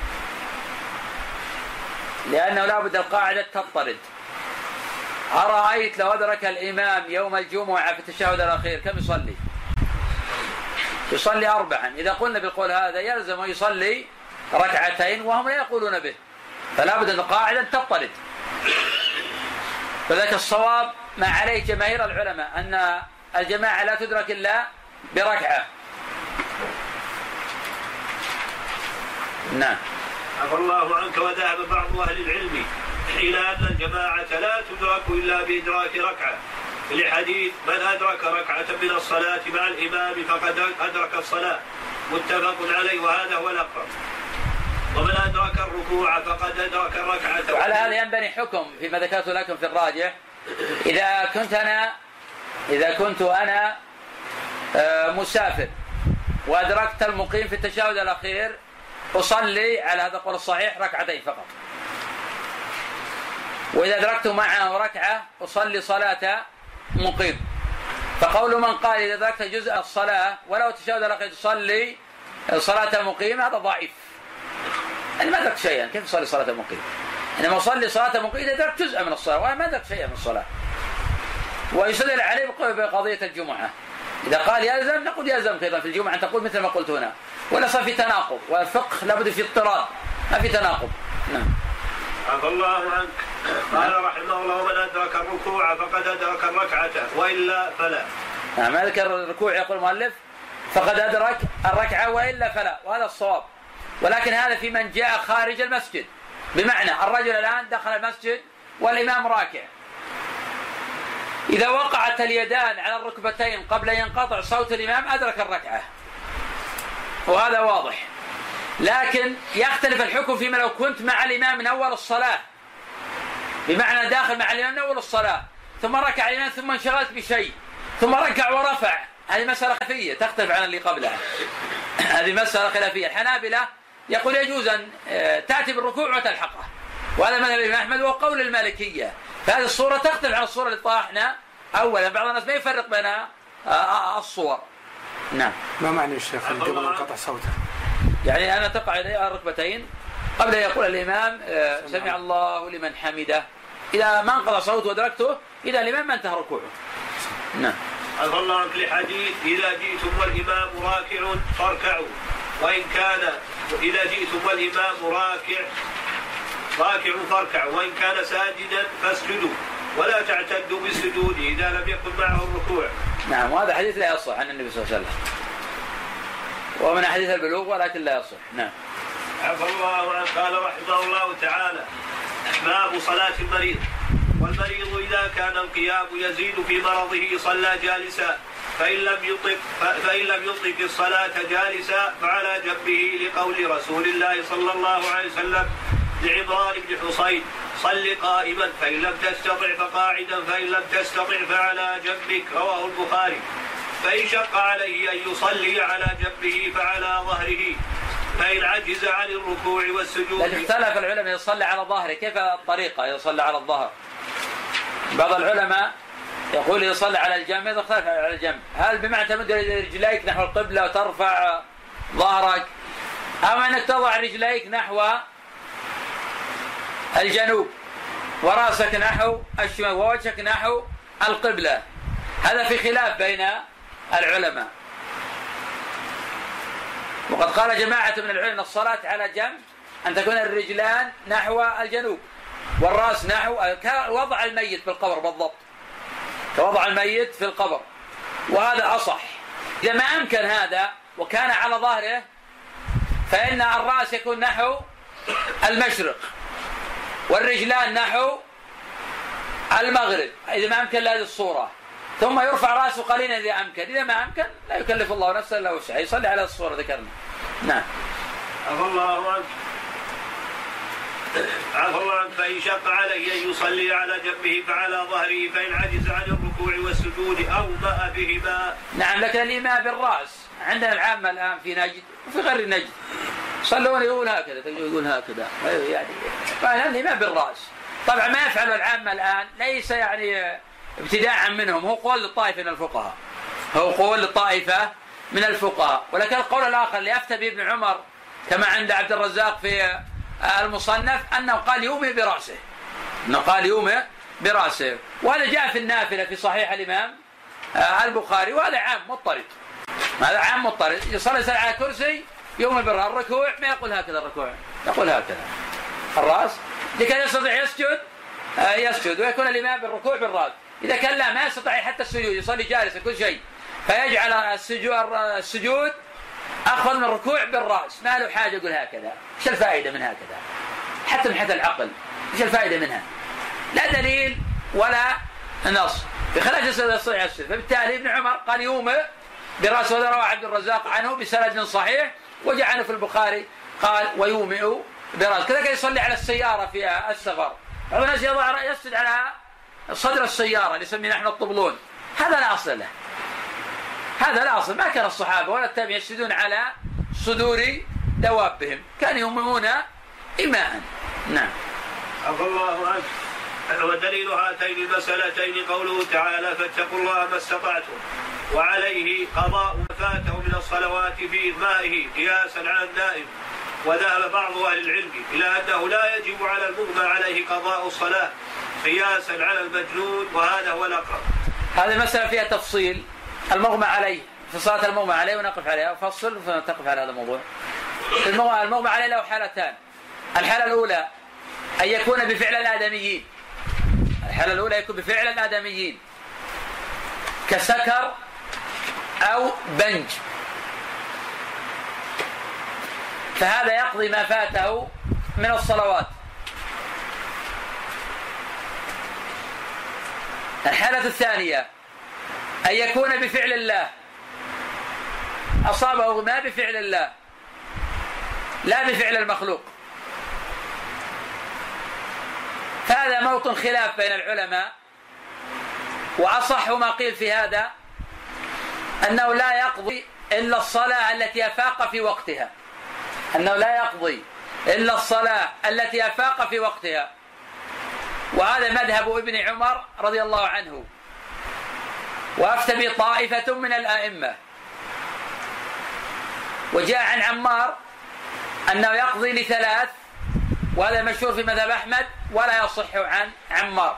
لأنه لا بد القاعدة تضطرد. أرأيت لو أدرك الإمام يوم الجمعة في التشهد الأخير كم يصلي؟ يصلي 4. إذا قلنا بالقول هذا يلزم يصلي ركعتين وهم لا يقولون به، فلا بد أن القاعدة تضطرد. فذلك الصواب ما عليه جماهير العلماء أن الجماعة لا تدرك إلا بركعة. نعم. عفى الله عنك. وذهب بعض أهل العلم إلى أن الجماعة لا تدرك إلا بإدراك ركعة، لحديث: من أدرك ركعة من الصلاة مع الإمام فقد أدرك الصلاة، متفق عليه، وهذا هو الأقرب. ومن أدرك الركوع فقد أدرك الركعة. وعلى هذا ينبني حكم فيما ذكرت لكم في الراجح: إذا كنت أنا مسافر وأدركت المقيم في التشهد الأخير أصلي على هذا القول الصحيح ركعتين فقط، وإذا أدركت معه ركعة أصلي صلاة مقيم. فقول من قال إذا أدركت جزء الصلاة ولو التشهد الأخير تصلي صلاة مقيم هذا ضعيف، أنا ما أدرك شيئا، كيف أصلي صلاة مقيم؟ إنما أصلي صلاة مقيم إذا أدرك جزءا من الصلاة وأنا ما أدرك شيئا من الصلاة. ويستدل عليه بقضية الجمعة، إذا قال يلزم نقول يلزم أيضا في الجمعة أن تقول مثل ما قلت هنا، ولا صار في تناقض، والفقه لابد في اضطراد، ما في تناقض. نعم. عفى الله عنك. قال رحمه الله: من أدرك الركوع فقد أدرك الركعة وإلا فلا. نعم، ما ذكر الركوع يقول المؤلف فقد أدرك الركعة وإلا فلا، وهذا الصواب. ولكن هذا في من جاء خارج المسجد، بمعنى الرجل الآن دخل المسجد والإمام راكع، إذا وقعت اليدان على الركبتين قبل أن ينقطع صوت الإمام أدرك الركعة، وهذا واضح. لكن يختلف الحكم فيما لو كنت مع الإمام من أول الصلاة، بمعنى داخل مع الإمام من أول الصلاة ثم ركع الإمام ثم انشغلت بشيء ثم ركع ورفع، هذه مسألة خلافية تختلف عن اللي قبلها. هذه مسألة خلافية. الحنابلة يقول يجوز أن تأتي بالركوع وتلحقه، وهذا مذهب الإمام أحمد وقول المالكية. فهذه الصورة تختلف عن الصورة اللي طرحنا أولا، بعض الناس ما يفرق بين الصور. نعم. ما معنى الشيخ قبل انقطع صوته؟ يعني أنا تقع على الركبتين قبل أن يقول الإمام سمع الله لمن حمده، إذا ما انقطع صوته وأدركته إذا الإمام ما انتهى ركوعه. نعم. عفى الله عنك لحديث: إذا جئتم والإمام راكع فاركعوا، وإن كان إذا جئتم والإمام راكع فاركعوا، وإن كان ساجدا فاسجدوا، ولا تعتدوا بالسجود إذا لم يكن معه الركوع. نعم، وهذا حديث لا يصح عن النبي صلى الله عليه وسلم، ومن حديث البلوغ ولكن لا يصح. نعم. عفى الله عنه. قال رحمه الله تعالى: باب صلاة المريض. والمريض إذا كان القيام يزيد في مرضه صلى جالسا، فإن لم يطق الصلاة جالسا فعلى جنبه، لقول رسول الله صلى الله عليه وسلم لعمران بن حصين: صل قائما فإن لم تستطع فقاعدا، فإن لم تستطع فعلى جنبك. رواه البخاري. فإن شق عليه أن يصلي على جنبه فعلى ظهره، فإن عجز عن الركوع والسجود. لكن اختلف العلماء يصلي على ظهره، كيف الطريقة يصلي على الظهر؟ بعض العلماء يقول يصلي على الجنب، إذا اختلف على الجنب هل بمعنى تمد رجليك نحو القبلة وترفع ظهرك، أو أنك تضع رجليك نحو الجنوب ورأسك نحو الشمال ووجهك نحو القبلة؟ هذا في خلاف بين العلماء. وقد قال جماعة من العلماء الصلاة على جنب أن تكون الرجلان نحو الجنوب والرأس نحو وضع الميت في القبر، بالضبط كوضع الميت في القبر، وهذا أصح. إذا ما أمكن هذا وكان على ظهره فإن الرأس يكون نحو المشرق والرجلان نحو المغرب، إذا ما أمكن هذه الصورة، ثم يرفع رأسه قليلا إذا أمكن. إذا ما أمكن لا يكلف الله نفسا إلا وسعها، يصلي على الصورة ذكرنا. نعم. عفى الله عنك. فإن شق عليه أن يصلي على جنبه فعلى ظهره، فإن عجز عن الركوع والسجود أومأ بهما. نعم، لكن الإيماء بالرأس عندنا العامة الآن في نجد وفي غير نجد صلون يقول هكذا، يقول هكذا، يعني الإيماء بالرأس. طبعا ما يفعل العامة الآن ليس يعني ابتداعا منهم، هو قول للطائفة من الفقهاء، هو قول للطائفة من الفقهاء. ولكن القول الآخر اللي أفتى به ابن عمر كما عند عبد الرزاق في المصنف أنه قال يومئ برأسه، أنه قال يومئ برأسه، وهذا جاء في النافلة في صحيح الإمام البخاري، وهذا عام مضطرد، هذا عام مضطرد. يصلي على كرسي يومئ بالرأس، الركوع ما يقول هكذا، الركوع يقول هكذا الرأس، لكي يستطيع يسجد ويكون الإمام بالركوع بالرأس. إذا كان لا ما يستطيع حتى السجود، يصلي جالسا كل شيء، فيجعل السجود أخذ من الركوع بالرأس، ما له حاجة يقول هكذا. إيش الفائدة من هكذا؟ حتى من حيث العقل إيش الفائدة منها؟ لا دليل ولا نص، بخلاف يستطيع السجود. فبالتالي ابن عمر قال يومئ برأس، وروى عبد الرزاق عنه بسند صحيح وجاء عنه في البخاري قال ويومئ برأس. كذلك يصلي على السيارة في السفر، بعض الناس يسجد على صدر السيارة اللي يسميه نحن الطبلون، هذا لا أصل له، هذا لا أصل. ما كان الصحابة ولا التابعين يسجدون على صدور دوابهم، كانوا يومئون إيماء. نعم. عفى الله عنك. ودليل هاتين المسألتين قوله تعالى فاتقوا الله ما استطعتم، وعليه قضاء ما فاته من الصلوات في إتمائه قياسا على النائم. وذهب بعض أهل العلم إلى أنه لا يجب على المغمى عليه قضاء الصلاة قياسا على المجنون، وهذا هو الأقرب. هذه المسألة فيها تفصيل. المغمى عليه في صلاة المغمى عليه ونقف عليها وفصل ونقف على هذا الموضوع. المغمى عليه له حالتان. الحالة الأولى أن يكون بفعل الآدميين. الحالة الأولى يكون بفعل الآدميين كسكر أو بنج، فهذا يقضي ما فاته من الصلوات. الحالة الثانية أن يكون بفعل الله، أصابه ما بفعل الله لا بفعل المخلوق، فهذا موطن خلاف بين العلماء، وأصح ما قيل في هذا أنه لا يقضي إلا الصلاة التي أفاق في وقتها، أنه لا يقضي إلا الصلاة التي أفاق في وقتها، وهذا مذهب ابن عمر رضي الله عنه، وأفتى به طائفة من الآئمة. وجاء عن عمار أنه يقضي لثلاث، وهذا مشهور في مذهب أحمد ولا يصح عن عمار.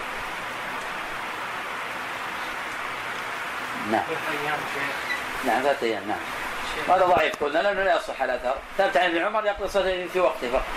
نعم 3 أيام. نعم هذا ضعيف قلنا لأنه لا يصح الأثر. ثابت عن ابن عمر يقضي صلاة في وقته فقط.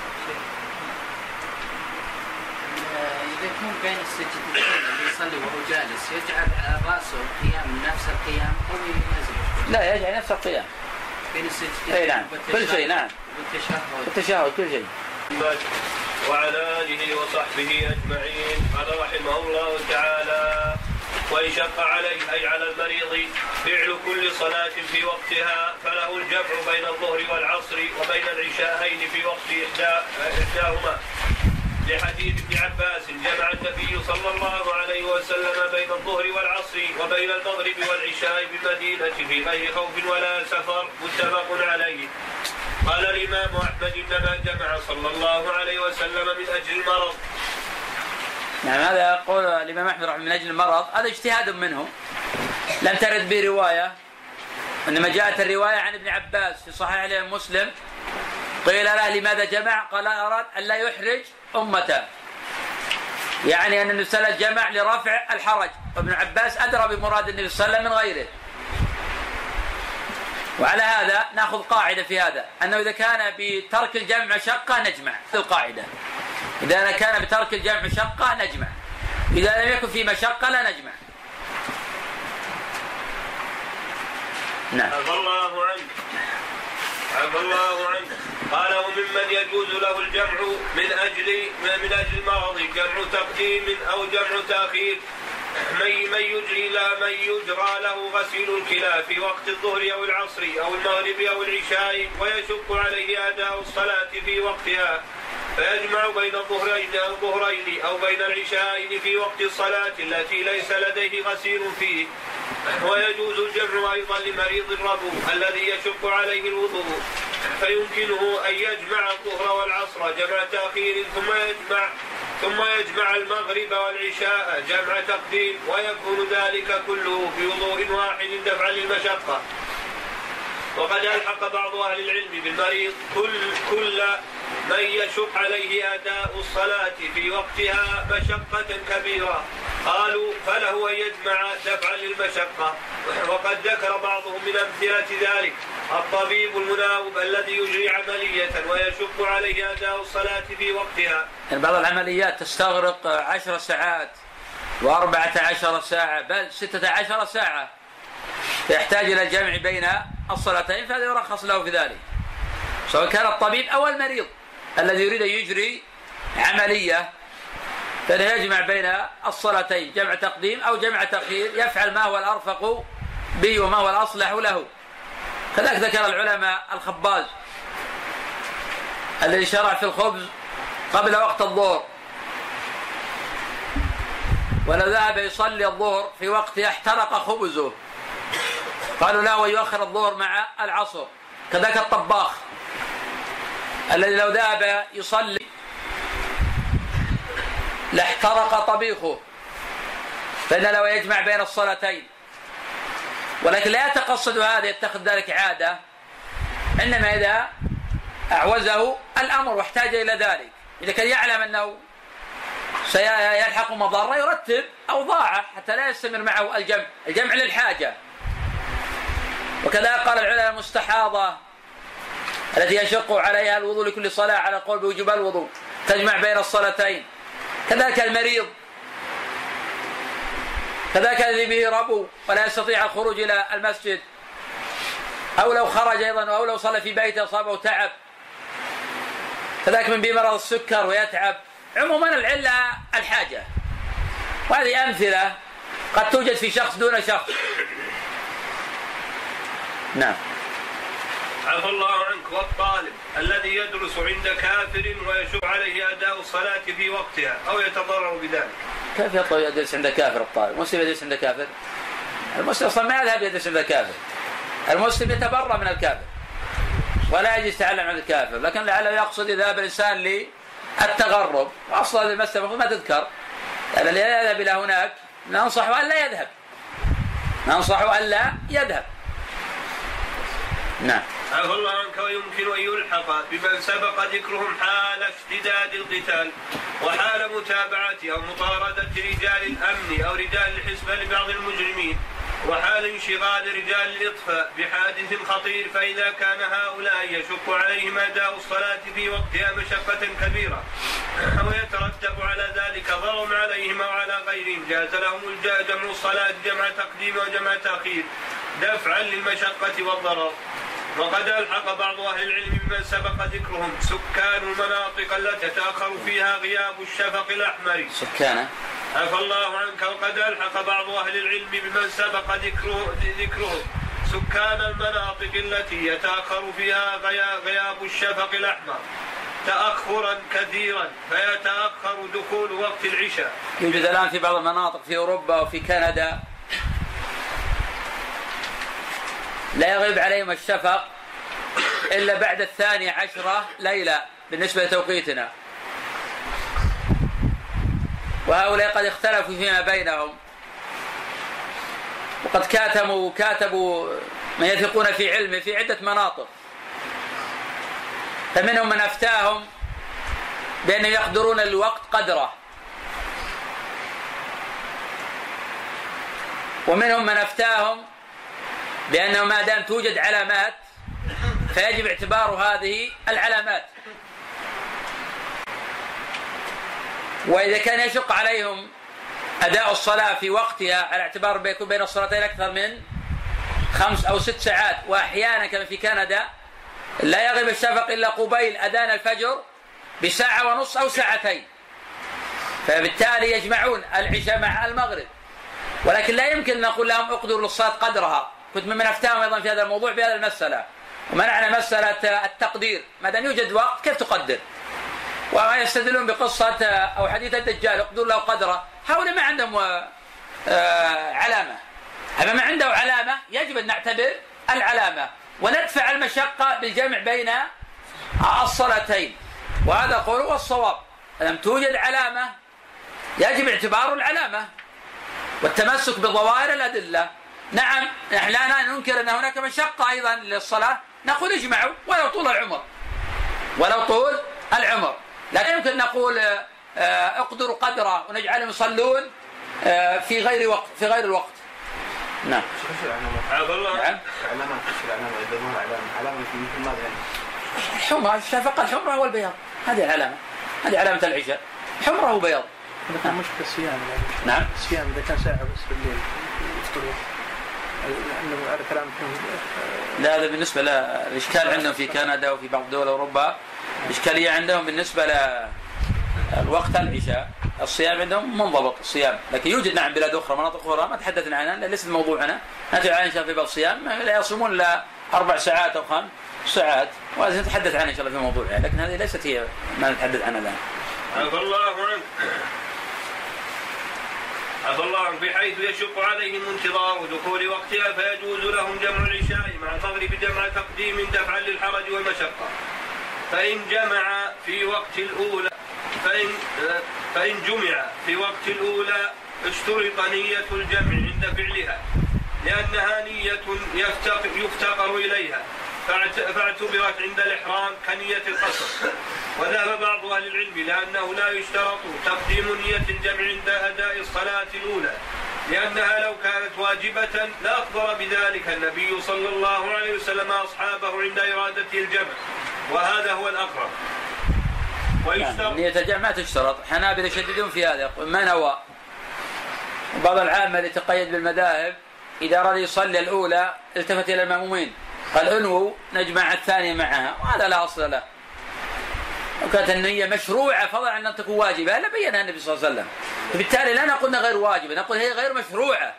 إذا يكون بين السجدتين اللي يصلي وهو جالس يجعل رأسه القيام نفس القيام أو ينزل؟ لا، يجعل نفس القيام بين السجدتين. أي نعم كل شيء. نعم والتشهد كل شيء. وعلى آله وصحبه أجمعين. قال رحمه الله تعالى: وإن شق عليه أي على المريض فعل كل صلاة في وقتها فله الجمع بين الظهر والعصر وبين العشاءين في وقت إحداهما، لحديث ابن عباس: جمع النبي صلى الله عليه وسلم بين الظهر والعصر وبين المغرب والعشاء بالمدينة في غير خوف ولا سفر، متفق عليه. قال الإمام أحمد: إنما جمع صلى الله عليه وسلم من أجل المرض. نعم هذا يقول الإمام أحمد رحمه من أجل المرض، هذا اجتهاد منه، لم ترد به رواية، إنما جاءت الرواية عن ابن عباس في صحيح الإمام مسلم، قيل له: لماذا جمع؟ قال: أراد أن لا يحرج أمته، يعني أن النبي صلى الله عليه وسلم جمع لرفع الحرج، وابن عباس أدرى بمراد النبي صلى الله عليه وسلم من غيره. وعلى هذا نأخذ قاعدة في هذا، أنه إذا كان بترك الجمع مشقة نجمع. القاعدة إذا كان بترك الجمع مشقة نجمع، إذا لم يكن في مشقة لا نجمع. نعم. عفى الله عنه. قال: وممن يجوز له الجمع من أجل المرض جمع تقديم أو جمع تأخير، من يجرى له غسيل الكلى في وقت الظهر أو العصر أو المغرب أو العشاء ويشق عليه أداء الصلاة في وقتها، فيجمع بين الظهرين أو بين العشاءين في وقت الصلاة التي ليس لديه غسيل فيه. ويجوز الجمع أيضا لمريض الربو الذي يشق عليه الوضوء، فيمكنه أن يجمع الظهر والعصر جمع تأخير ثم يجمع المغرب والعشاء جمع تقديم، ويكون ذلك كله بوضوء واحد دفعا للمشقة. وقد ألحق بعض أهل العلم بالمريض كل من يشق عليه أداء الصلاة في وقتها مشقة كبيرة، قالوا فله أن يجمع دفعا للمشقة. وقد ذكر بعضهم من أمثلة ذلك الطبيب المناوب الذي يجري عملية ويشق عليه أداء الصلاة في وقتها. بعض العمليات تستغرق 10 ساعات و14 ساعة بل 16 ساعة، يحتاج إلى الجمع بين الصلاتين، فهذا يرخص له في ذلك، سواء كان الطبيب أو المريض الذي يريد أن يجري عملية، فيجمع بين الصلاتين جمع تقديم أو جمع تأخير، يفعل ما هو الأرفق به وما هو الأصلح له. كذلك ذكر العلماء الخباز الذي شرع في الخبز قبل وقت الظهر، ولو ذهب يصلي الظهر في وقته احترق خبزه، قالوا لا ويؤخر الظهر مع العصر. كذلك الطباخ الذي لو ذهب يصلي لاحترق طبيخه، فإنه لو يجمع بين الصلاتين، ولكن لا يتقصد هذا يتخذ ذلك عادة، إنما إذا أعوزه الأمر واحتاج إلى ذلك. إذا كان يعلم أنه سيلحق مضرة يرتب أوضاعه حتى لا يستمر معه الجمع للحاجة. وكذا قال العلماء المستحاضة التي يشق عليها الوضوء لكل صلاة على قول بوجوب الوضوء تجمع بين الصلاتين، كذلك المريض، كذلك الذي به ربو ولا يستطيع الخروج إلى المسجد، أو لو خرج أيضا أو لو صلى في بيته أصابه تعب، كذلك من به مرض السكر ويتعب. عموما العلة الحاجة، وهذه أمثلة قد توجد في شخص دون شخص. نعم. عفى الله عنك. والطالب الذي يدرس عند كافر ويشق عليه أداء الصلاة في وقتها أو يتضرر بذلك. كيف يدرس عند كافر الطالب؟ المسلم يدرس عند كافر؟ المسلم أصلا ما يذهب يدرس عند كافر. المسلم يتبرأ من الكافر ولا يجلس يتعلم عند الكافر، لكن لعله يقصد ذهاب الإنسان للتغرب. وأصلا هذه المسألة ما تذكر، لأن اللي يذهب إلى هناك ننصحه أن لا يذهب، ننصحه أن لا يذهب. نعم. عفى الله عنك. ويمكن أن يلحق بمن سبق ذكرهم حال اشتداد القتال وحال متابعة أو مطاردة رجال الأمن أو رجال الحزب لبعض المجرمين وحال انشغال رجال الإطفاء بحادث خطير، فإذا كان هؤلاء يشق عليهم أداء الصلاة في وقتها مشقة كبيرة أو يترتب على ذلك ضرر عليهم أو على غيرهم، جاز لهم جمع الصلاة جمع تقديم وجمع تأخير دفعا للمشقة والضرر. وقد ألحق بعض أهل العلم بمن سبق ذكرهم سكان المناطق التي يتأخر فيها غياب الشفق الأحمر. سكانه. عفى الله عنك. وقد ألحق بعض أهل العلم بمن سبق ذكرهم سكان المناطق التي يتأخر فيها غياب الشفق الأحمر تأخرا كثيرا فيتأخر دخول وقت العشاء. يوجد الآن في بعض المناطق في أوروبا وفي كندا لا يغيب عليهم الشفق إلا بعد 12 ليلة بالنسبة لتوقيتنا، وهؤلاء قد اختلفوا فيما بينهم، وقد كاتبوا من يثقون في علمه في عدة مناطق، فمنهم من أفتاهم بأنهم يقدرون الوقت قدره، ومنهم من أفتاهم بأنه ما دام توجد علامات فيجب اعتبار هذه العلامات، وإذا كان يشق عليهم أداء الصلاة في وقتها على اعتبار بيكون بين الصلاتين أكثر من 5 أو 6 ساعات، وأحيانا كما في كندا لا يغيب الشفق إلا قبيل أذان الفجر بساعة ونص أو ساعتين، فبالتالي يجمعون العشاء مع المغرب، ولكن لا يمكن أن نقول لهم اقدروا للصلاة قدرها. كنت ممن أفتاهم أيضا في هذا الموضوع بهذا المسألة، ومنعنا مسألة التقدير، ما دام يوجد وقت كيف تقدر؟ وما يستدلون بقصة أو حديث الدجال اقدروا له قدره، هؤلاء ما عندهم علامة، أما ما عنده علامة يجب أن نعتبر العلامة وندفع المشقة بالجمع بين الصلاتين، وهذا قوله الصواب. لم توجد علامة يجب اعتبار العلامة والتمسك بظواهر الأدلة. نعم نحن لا ننكر أن هناك مشقة أيضا للصلاة، نقول اجمعوا ولو طول العمر، لا يمكن نقول اقدروا قدره ونجعلهم يصلون في غير الوقت. نعم. علامة في مثل ماذا يعني؟ الحمرة، الشفقة الحمرة والبياض، هذه العلامة، هذه علامة العشاء، حمرة وبياض. إذا كان مش بالصيام يعني. نعم. الصيام إذا كان ساعة بس بالليل يفطرون. لأنه على كلام لا، هذا بالنسبة للإشكال عندهم في كندا وفي بعض دول أوروبا، إشكالية عندهم بالنسبة للوقت العشاء، الصيام عندهم منضبط الصيام، لكن يوجد نعم بلاد أخرى مناطق أخرى ما تحدثنا عنها لأن ليست موضوعنا، نتعلم عن شيء في بعض الصيام لا يصومون إلا 4 ساعات أو 5 ساعات، وهذا نتحدث عنها إن شاء الله في موضوعها، لكن هذه ليست هي ما نتحدث عنها الآن. عفى الله عنك. بحيث يشق عليهم انتظار دخول وقتها فيجوز لهم جمع العشاء مع المغرب جمع تقديم دفعا للحرج والمشقة، فإن جمع في وقت الأولى فإن جمع في وقت الأولى اشترط نية الجمع عند فعلها، لأنها نية يفتقر إليها، فاعتبرت عند الإحرام كنية القصر. وذهب بعض أهل العلم لأنه لا يشترط تقديم نية الجمع عند أداء الصلاة الأولى، لأنها لو كانت واجبة لأخبر بذلك النبي صلى الله عليه وسلم أصحابه عند إرادته الجمع، وهذا هو الأقرب. نية الجمع ما تشترط، حنابلة يشددون في هذا، ما نوى. بعض العامة اللي تقيد بالمذاهب إذا أراد يصلي الأولى التفت إلى المأمومين قال انووا نجمع الثانية معها، وهذا لا أصل له. وكانت النية مشروعة فضلا عن أن تكون واجبة لا بينها النبي صلى الله عليه وسلم، فبالتالي لا نقول غير واجبة، نقول هي غير مشروعة.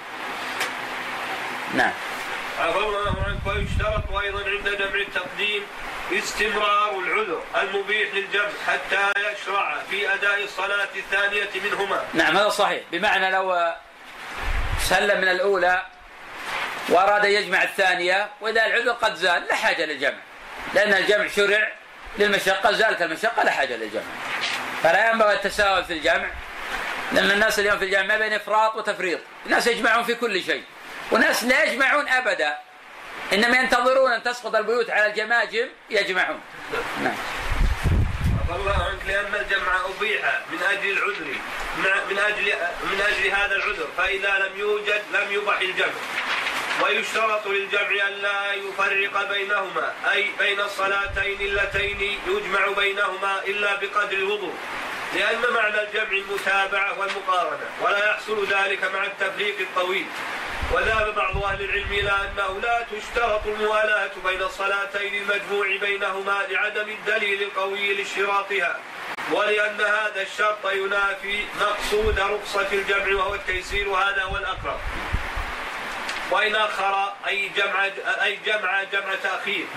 نعم. عفى الله عنك. ويشترط أيضا عند جمع التقديم استمرار العذر المبيح للجمع حتى يشرع في أداء الصلاة الثانية منهما. نعم هذا صحيح، بمعنى لو سلم من الأولى وأراد يجمع الثانية وإذا العذر قد زال لا حاجة للجمع، لأن الجمع شرع للمشقة، زالت المشقة لا حاجة للجمع. فلا ينبغي التساهل في الجمع، لأن الناس اليوم في الجمع ما بين إفراط وتفريط، الناس يجمعون في كل شيء وناس لا يجمعون أبدا، إنما ينتظرون أن تسقط البيوت على الجماجم يجمعون. نعم. الله عنك. لأن الجمع أبيح من أجل العذر، من أجل هذا العذر، فإذا لم يوجد لم يبح الجمع. ويشترط للجمع أن لا يفرق بينهما، أي بين الصلاتين اللتين يجمع بينهما إلا بقدر الوضوء، لأن معنى الجمع المتابعة والمقارنة، ولا يحصل ذلك مع التفريق الطويل. وذهب بعض أهل العلم إلى أنه لا تشترط الموالاة بين الصلاتين المجموع بينهما لعدم الدليل القوي لاشتراطها، ولأن هذا الشرط ينافي مقصود رخصة الجمع وهو التيسير، وهذا هو الأقرب. وإن أخر أي جمع تأخير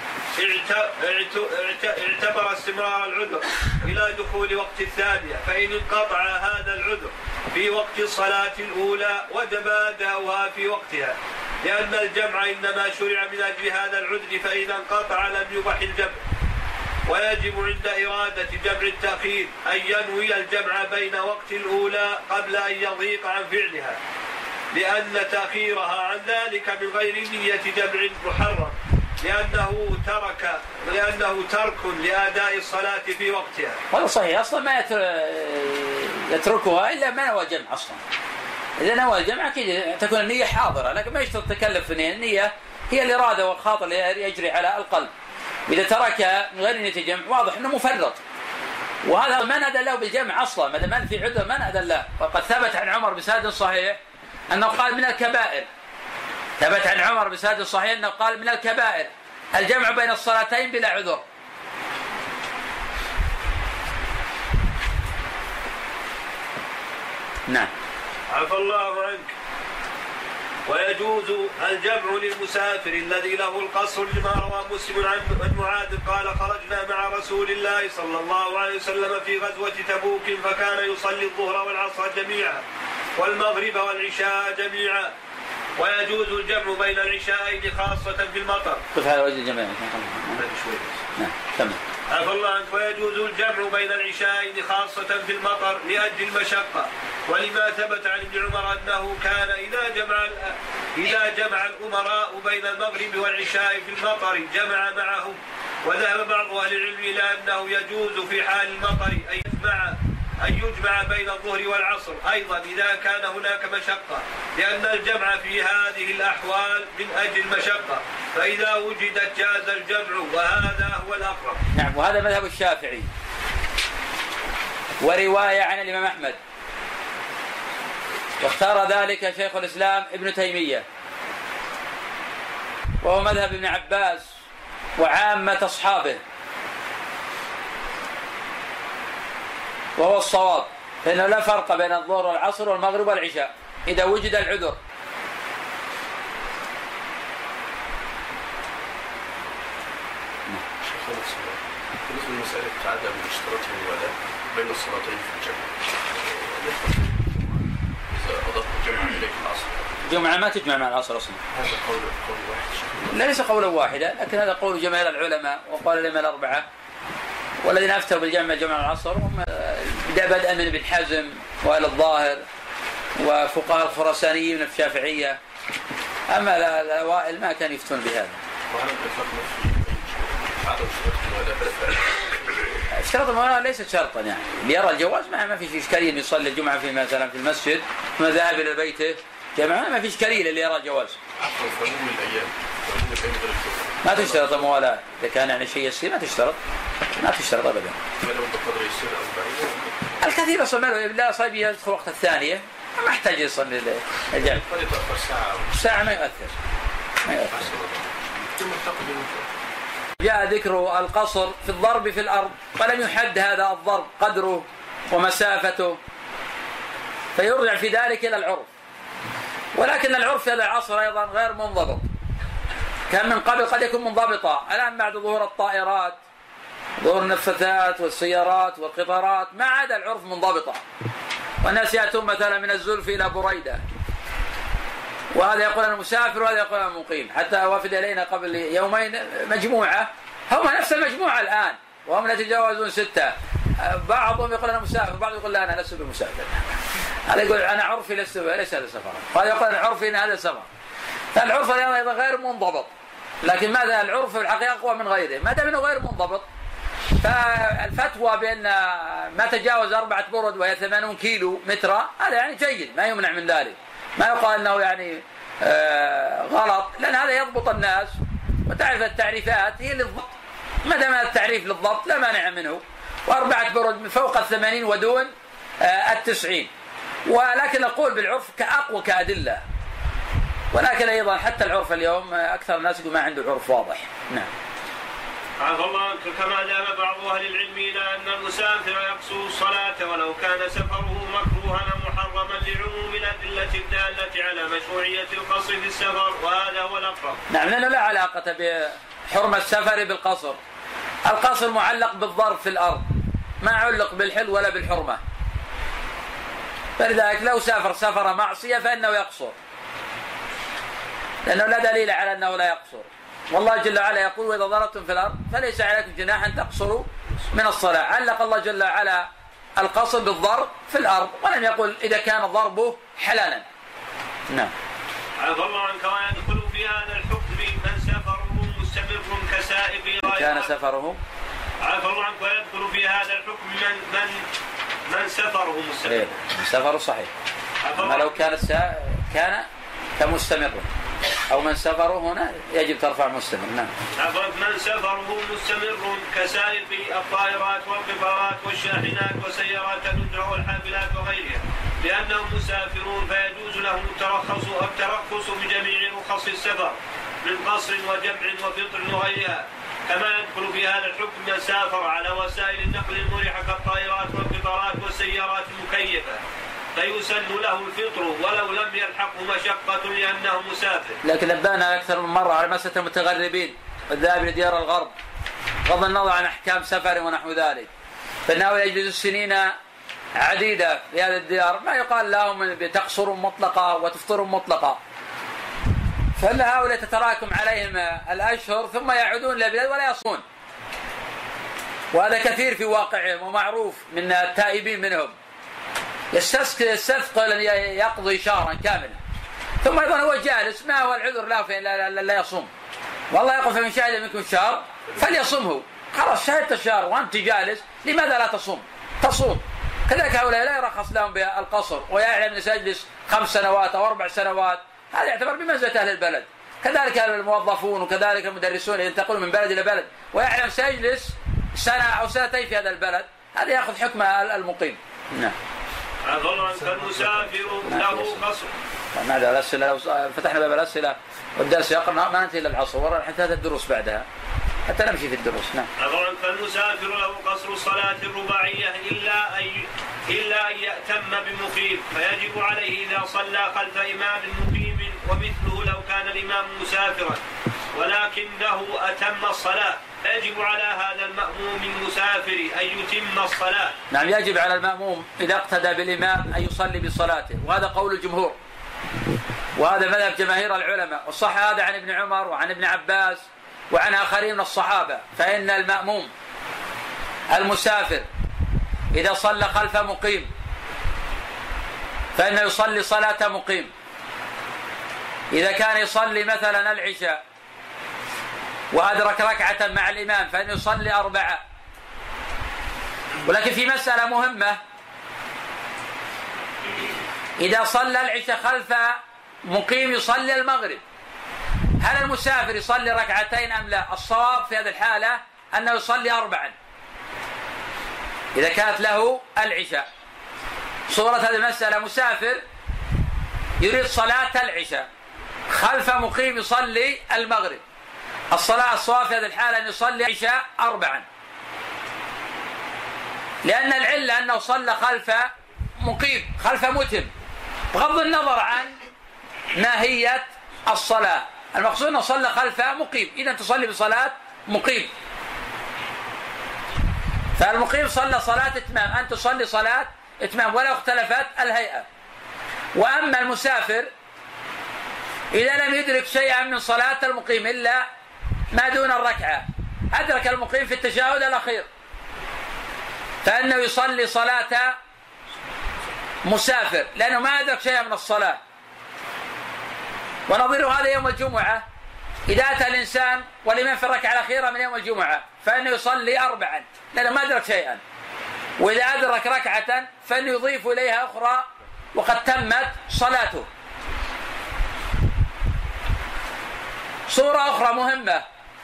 اعتبر استمرار العذر إلى دخول وقت الثانية، فإن انقطع هذا العذر في وقت الصلاة الأولى وجب أداؤها في وقتها، لأن الجمع إنما شرع من أجل هذا العذر، فإذا انقطع لم يبح الجمع. ويجب عند إرادة جمع التأخير أن ينوي الجمع بين وقت الأولى قبل أن يضيق عن فعلها، لأن تأخيرها عن ذلك من غير نية جمع محرم، لأنه ترك لأداء الصلاة في وقتها. هذا صحيح، أصلا ما يتركها إلا ما نوى الجمع أصلا. إذا نوى الجمع أكيد تكون النية حاضرة، لكن ما يشترط تكلف في النية، هي الإرادة والخاطر اللي يجري على القلب. إذا تركها من غير نية جمع واضح أنه مفرط، وهذا ما نأذن له بالجمع أصلا، ما دام في عذر ما نأذن له. وقد ثبت عن عمر بسند صحيح أنه قال من الكبائر، ثبت عن عمر بسند صحيح أنه قال من الكبائر الجمع بين الصلاتين بلا عذر. نعم. عفى الله عنك. ويجوز الجمع للمسافر الذي له القصر، لما روى مسلم عن معاذ قال خرجنا مع رسول الله صلى الله عليه وسلم في غزوة تبوك، فكان يصلي الظهر والعصر جميعا والمغرب والعشاء جميعا. ويجوز الجمع بين العشاءين خاصة في المطر. كيف هذا وجه الجمع؟ نعم تمام. عفى الله عنك. ويجوز الجمع بين العشاءين خاصة في المطر لأجل المشقة، ولما ثبت عن ابن عمر أنه كان إذا جمع الأمراء بين المغرب والعشاء في المطر جمع معهم. وذهب بعض أهل العلم إلى أنه يجوز في حال المطر أن يجمع بين الظهر والعصر أيضا إذا كان هناك مشقة، لأن الجمع في هذه الأحوال من أجل المشقة، فإذا وجدت جاز الجمع، وهذا هو الأقرب. نعم. وهذا مذهب الشافعي، ورواية عن الإمام أحمد، واختار ذلك شيخ الإسلام ابن تيمية، وهو مذهب ابن عباس وعامة أصحابه، وهو الصواب، فإنه لا فرق بين الظهر والعصر والمغرب والعشاء إذا وجد العذر. بالنسبة لمسألة عدم اشتراط الموالاة بين الصلاتين في الجمع، إذا أضفت الجمع إليك العصر الجمعة ما تجمع مع العصر أصلا. هذا قول واحد. لا ليس قولا واحدا، لكن هذا قول جماهير العلماء وقال الأئمة الأربعة، والذين أفتوا بالجمع الجمع العصر هم بدءا من ابن حزم وآل الظاهر وفقهاء الخراسانيين من الشافعية، أما الأوائل ما كانوا يفتون بهذا. وهل الإطلاق نفسه عدم اشتراط الموالاة؟ اشتراط الموالاة ليست شرطا، يعني اللي يرى الجواز ما في إشكالية أن يصلي الجمعة في مثلا في المسجد ثم ذهب إلى بيته جماعة، ما في إشكالية اللي يرى الجواز. عفوا في عموم الأيام غير الجمعة ما تشترط الموالاة إذا كان يعني شيء يسير، ما تشترط أبدا. ما لو بقدر يصير أو بعيد؟ الكثير يصلي لا صايب يدخل وقت الثانية ما يحتاج يصلي الجمع. قد يتأخر ساعة ما يؤثر. ثم تقدم. جاء ذكر القصر في الضرب في الأرض، ولم يحد هذا الضرب قدره ومسافته، فيرجع في ذلك إلى العرف. ولكن العرف في هذا العصر أيضا غير منضبط، كان من قبل قد يكون منضبطا، الآن بعد ظهور الطائرات ظهور النفاثات والسيارات والقطارات ما عاد العرف منضبطا، والناس يأتون مثلا من الزلف إلى بريدة، وهذا يقول أنا مسافر وهذا يقول أنا مقيم. حتى وافد إلينا قبل يومين مجموعة هم نفس المجموعة الآن وهم لا يتجاوزون 6، بعضهم يقول أنا مسافر، بعضهم يقول لا أنا لست بمسافر، هذا يقول أنا عرفي ليس هذا سفر، وهذا يقول أنا عرفي إن هذا سفر. فالعرف أيضا غير منضبط، لكن ماذا العرف في الحقيقة أقوى من غيره، ما دام أنه غير منضبط فالفتوى بأن ما تجاوز 4 برد وهي 80 كيلو مترا هذا يعني جيد، ما يمنع من ذلك، ما يقال أنه يعني غلط، لأن هذا يضبط الناس وتعرف التعريفات هي للضبط، ما دام التعريف للضبط لا مانع منه، و4 برد من فوق 80 ودون 90، ولكن نقول بالعرف كأقوى كأدلة. ولكن أيضا حتى العرف اليوم أكثر الناس يقول ما عنده العرف واضح. نعم. عفى الله عنك. كما ذهب بعض أهل العلم إلى أن المسافر يقصر الصلاة ولو كان سفره مكروها محرما لعموم الأدلة الدالة على مشروعية القصر في السفر، وهذا هو الأقرب. نعم، لأنه لا علاقة بحرمة السفر بالقصر، القصر معلق بالضرب في الأرض ما علق بالحل ولا بالحرمة، فلذلك لو سافر سفر معصية فإنه يقصر، لأنه لا دليل على أنه لا يقصر. والله جل وعلا يقول وإذا ضربتم في الأرض فليس عليكم جناح أن تقصروا من الصلاة، علق الله جل وعلا القصر بالضرب في الأرض، ولم يقل إذا كان ضربه حلالا. نعم. عفى الله عنك. ويدخل في هذا الحكم من سفره مستمر كسائق كان سفره. عفى الله عنك. ويدخل في هذا الحكم من سفره مستمر. سفره صحيح، أما لو كان كمستمر أو من سفره هنا يجب ترفع مستمر. نعم. من سفره مستمر كسائق الطائرات والقطارات والشاحنات وسيارات الأجرة والحافلات وغيرها، لأنهم مسافرون فيجوز لهم الترخص بجميع رخص السفر من قصر وجمع وفطر وغيرها. كما يدخل في هذا الحكم من سافر على وسائل النقل المريحة كالطائرات والقطارات والسيارات المكيفة، فيسن له الفطر ولو لم يلحقه مشقة لأنه مسافر. لكن نبهنا أكثر من مرة على مسألة المتغربين والذهاب لديار الغرب، بغض النظر عن أحكام سفر ونحو ذلك، فإنه يجلس سنين عديدة في هذه الديار، ما يقال لهم بتقصر مطلقة وتفطر مطلقة، فإن هؤلاء تتراكم عليهم الأشهر ثم يعودون إلى البلاد ولا يصومون، وهذا كثير في واقعهم ومعروف من التائبين منهم، يستثقل أن يقضي شهرا كاملا ثم أيضا هو جالس، ما هو العذر له في لا يصوم؟ والله يقول فمن شهد منكم الشهر فليصمه، خلاص شهدت الشهر وأنت جالس لماذا لا تصوم؟ كذلك هؤلاء لا يرخص لهم بالقصر ويعلم أن سيجلس 5 سنوات أو 4 سنوات، هذا يعتبر بمنزلة أهل البلد. كذلك الموظفون وكذلك المدرسون ينتقلون من بلد إلى بلد ويعلم سيجلس 1 أو 2 سنين في هذا البلد، هذا يأخذ حكم المقيم. نعم. فالمسافر له قصر. ماذا الأسئلة؟ لو فتحنا باب الأسئلة والدرس يقرأ ما ننتهي إلا العصر، حتى هذا الدروس بعدها حتى نمشي في الدروس. نعم. فالمسافر له قصر الصلاة الرباعية إلا أن يأتم بمقيم، فيجب عليه إذا صلى خلف إمام مقيم، ومثله لو كان الإمام مسافرا ولكنه أتم الصلاة، يجب على هذا المأموم المسافر أن يتم الصلاة. نعم، يجب على المأموم إذا اقتدى بالإمام أن يصلي بصلاته، وهذا قول الجمهور، وهذا مذهب جماهير العلماء، والصح هذا عن ابن عمر وعن ابن عباس وعن آخرين من الصحابة، فإن المأموم المسافر إذا صلى خلف مقيم فإنه يصلي صلاة مقيم. إذا كان يصلي مثلا العشاء وأدرك ركعة مع الإمام فإنه يصلي 4. ولكن في مسألة مهمة، إذا صلى العشاء خلف مقيم يصلي المغرب، هل المسافر يصلي 2 أم لا؟ الصواب في هذه الحالة أنه يصلي 4 إذا كانت له العشاء. صورة هذه المسألة: مسافر يريد صلاة العشاء خلف مقيم يصلي المغرب، الصواب في هذه الحالة أن يصلي العشاء 4، لأن العلة أنه صلى خلف مقيم خلف متم، بغض النظر عن ماهية الصلاة، المقصود أنه صلى خلف مقيم، إذا تصلي بصلاة مقيم. فالمقيم صلى صلاة إتمام، أنت تصلي صلاة إتمام ولو اختلفت الهيئة. وأما المسافر إذا لم يدرك شيئا من صلاة المقيم إلا ما دون الركعة، أدرك المقيم في التشهد الأخير، فإنه يصلي صلاة مسافر لأنه ما أدرك شيئا من الصلاة. ونظير هذا يوم الجمعة، إذا أتى الإنسان والإمام في الركعة الأخيرة من يوم الجمعة فإنه يصلي 4 لأنه ما أدرك شيئا، وإذا أدرك ركعة فإنه يضيف إليها أخرى وقد تمت صلاته. صورة أخرى مهمة: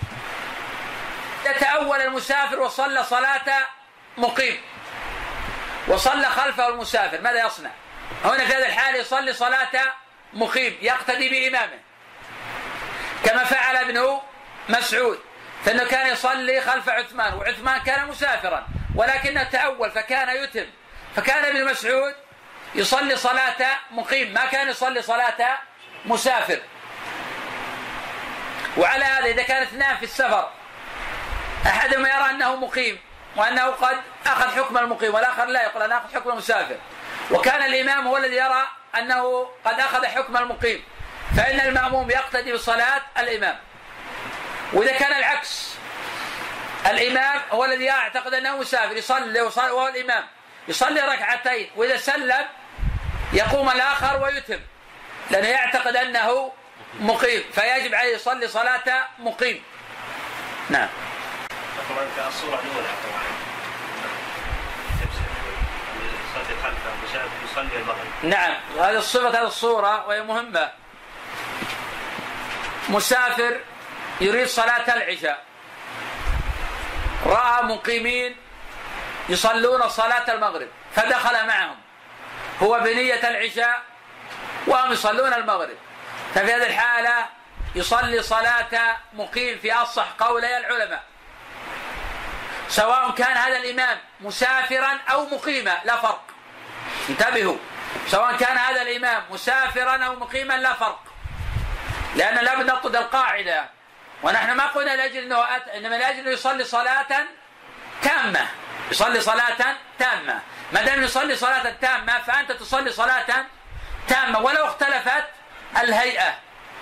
يتأول المسافر وصلى صلاة مقيم وصلى خلفه المسافر، ماذا يصنع؟ هنا في هذا الحال يصلي صلاة مقيم يقتدي بإمامه، كما فعل ابن مسعود، فإنه كان يصلي خلف عثمان، وعثمان كان مسافرا ولكنه تأول فكان يتم، فكان ابن مسعود يصلي صلاة مقيم ما كان يصلي صلاة مسافر. وعلى هذا إذا كان 2 في السفر أحدهم يرى أنه مقيم وأنه قد أخذ حكم المقيم والآخر لا، يقول أنا أخذ حكم المسافر، وكان الإمام هو الذي يرى أنه قد أخذ حكم المقيم، فإن المأموم يقتدي بصلاة الإمام. وإذا كان العكس، الإمام هو الذي يعتقد أنه مسافر يصلي وهو الإمام يصلي 2 وإذا سلم يقوم الآخر ويتم لأنه يعتقد أنه مقيم، فيجب عليه يصلي صلاة مقيم. نعم. طبعا الصورة الأولى طبعا يصلي خلفه مسافر يصلي المغرب. نعم، هذه الصفة هذه الصورة وهي مهمة. مسافر يريد صلاة العشاء، رأى مقيمين يصلون صلاة المغرب فدخل معهم هو بنية العشاء وهم يصلون المغرب، ففي هذه الحالة يصلي صلاة مقيم في أصح قولي العلماء، سواء كان هذا الإمام مسافرا أو مقيما لا فرق. انتبهوا، سواء كان هذا الإمام مسافرا أو مقيما لا فرق، لأن لا بد نطرد القاعدة، ونحن ما قلنا لأجل أنه إنما لأجل أنه يصلي صلاة تامة، يصلي صلاة تامة. ما دام يصلي صلاة تامة فأنت تصلي صلاة تامة ولو اختلفت الهيئة،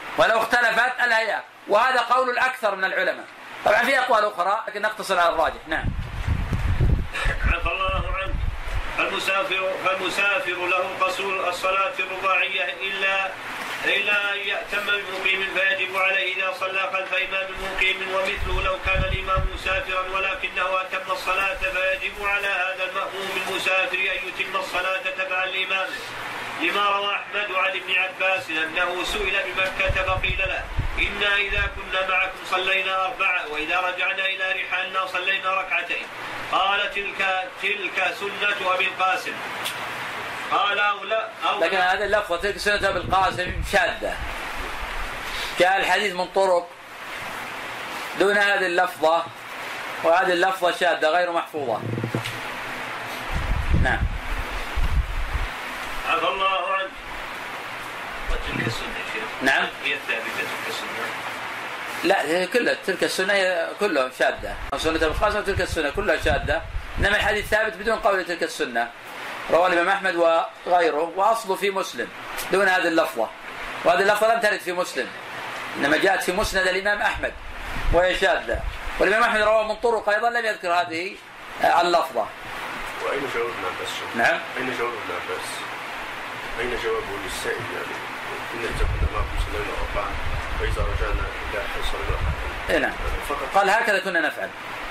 وهذا قول الأكثر من العلماء. طبعا في أقوال أخرى لكن نقتصر على الراجح. نعم. عفى الله عنه. فالمسافر له قصر الصلاة الرباعية إلا أن يأتم بمقيم، فيجب عليه إذا صلى خلف إمام مقيم، ومثله لو كان الإمام مسافرا ولكنه أتم الصلاة فيجب على هذا المأموم المسافر أن يتم الصلاة تبعا لإمامه، لما روى أحمد عن ابن عباس أنه سئل بمكة فقيل له: إنا إذا كنا معكم صلينا 4 وإذا رجعنا إلى رحالنا صلينا 2. قال: تلك سنة أبي القاسم. قال: لكن هذه اللفظة تلك سنة أبي القاسم شاذة، جاء الحديث من طرق دون هذه اللفظة، وهذه اللفظة شاذة غير محفوظة. نعم. عفى الله عنه. وتلك السنة شيخ. نعم. هي الثابتة تلك السنة. لا، كلها تلك السنة كلها شاذة، سنة أبي القاسم تلك السنة كلها شاذة، إنما الحديث ثابت بدون قول تلك السنة، رواه الإمام أحمد وغيره، وأصله في مسلم دون هذه اللفظة، وهذه اللفظة لم ترد في مسلم، إنما جاءت في مسند الإمام أحمد وهي شاذة، والإمام أحمد رواه من طرق أيضا لم يذكر هذه اللفظة. وأين جواب ابن عباس؟ نعم. أين جواب ابن عباس؟ أين جوابه للسائل يعني إن إذا كنا معكم صلينا 4؟ فإذا رجعنا إلى حصر إيه نعم. قال هكذا كنا نفعل.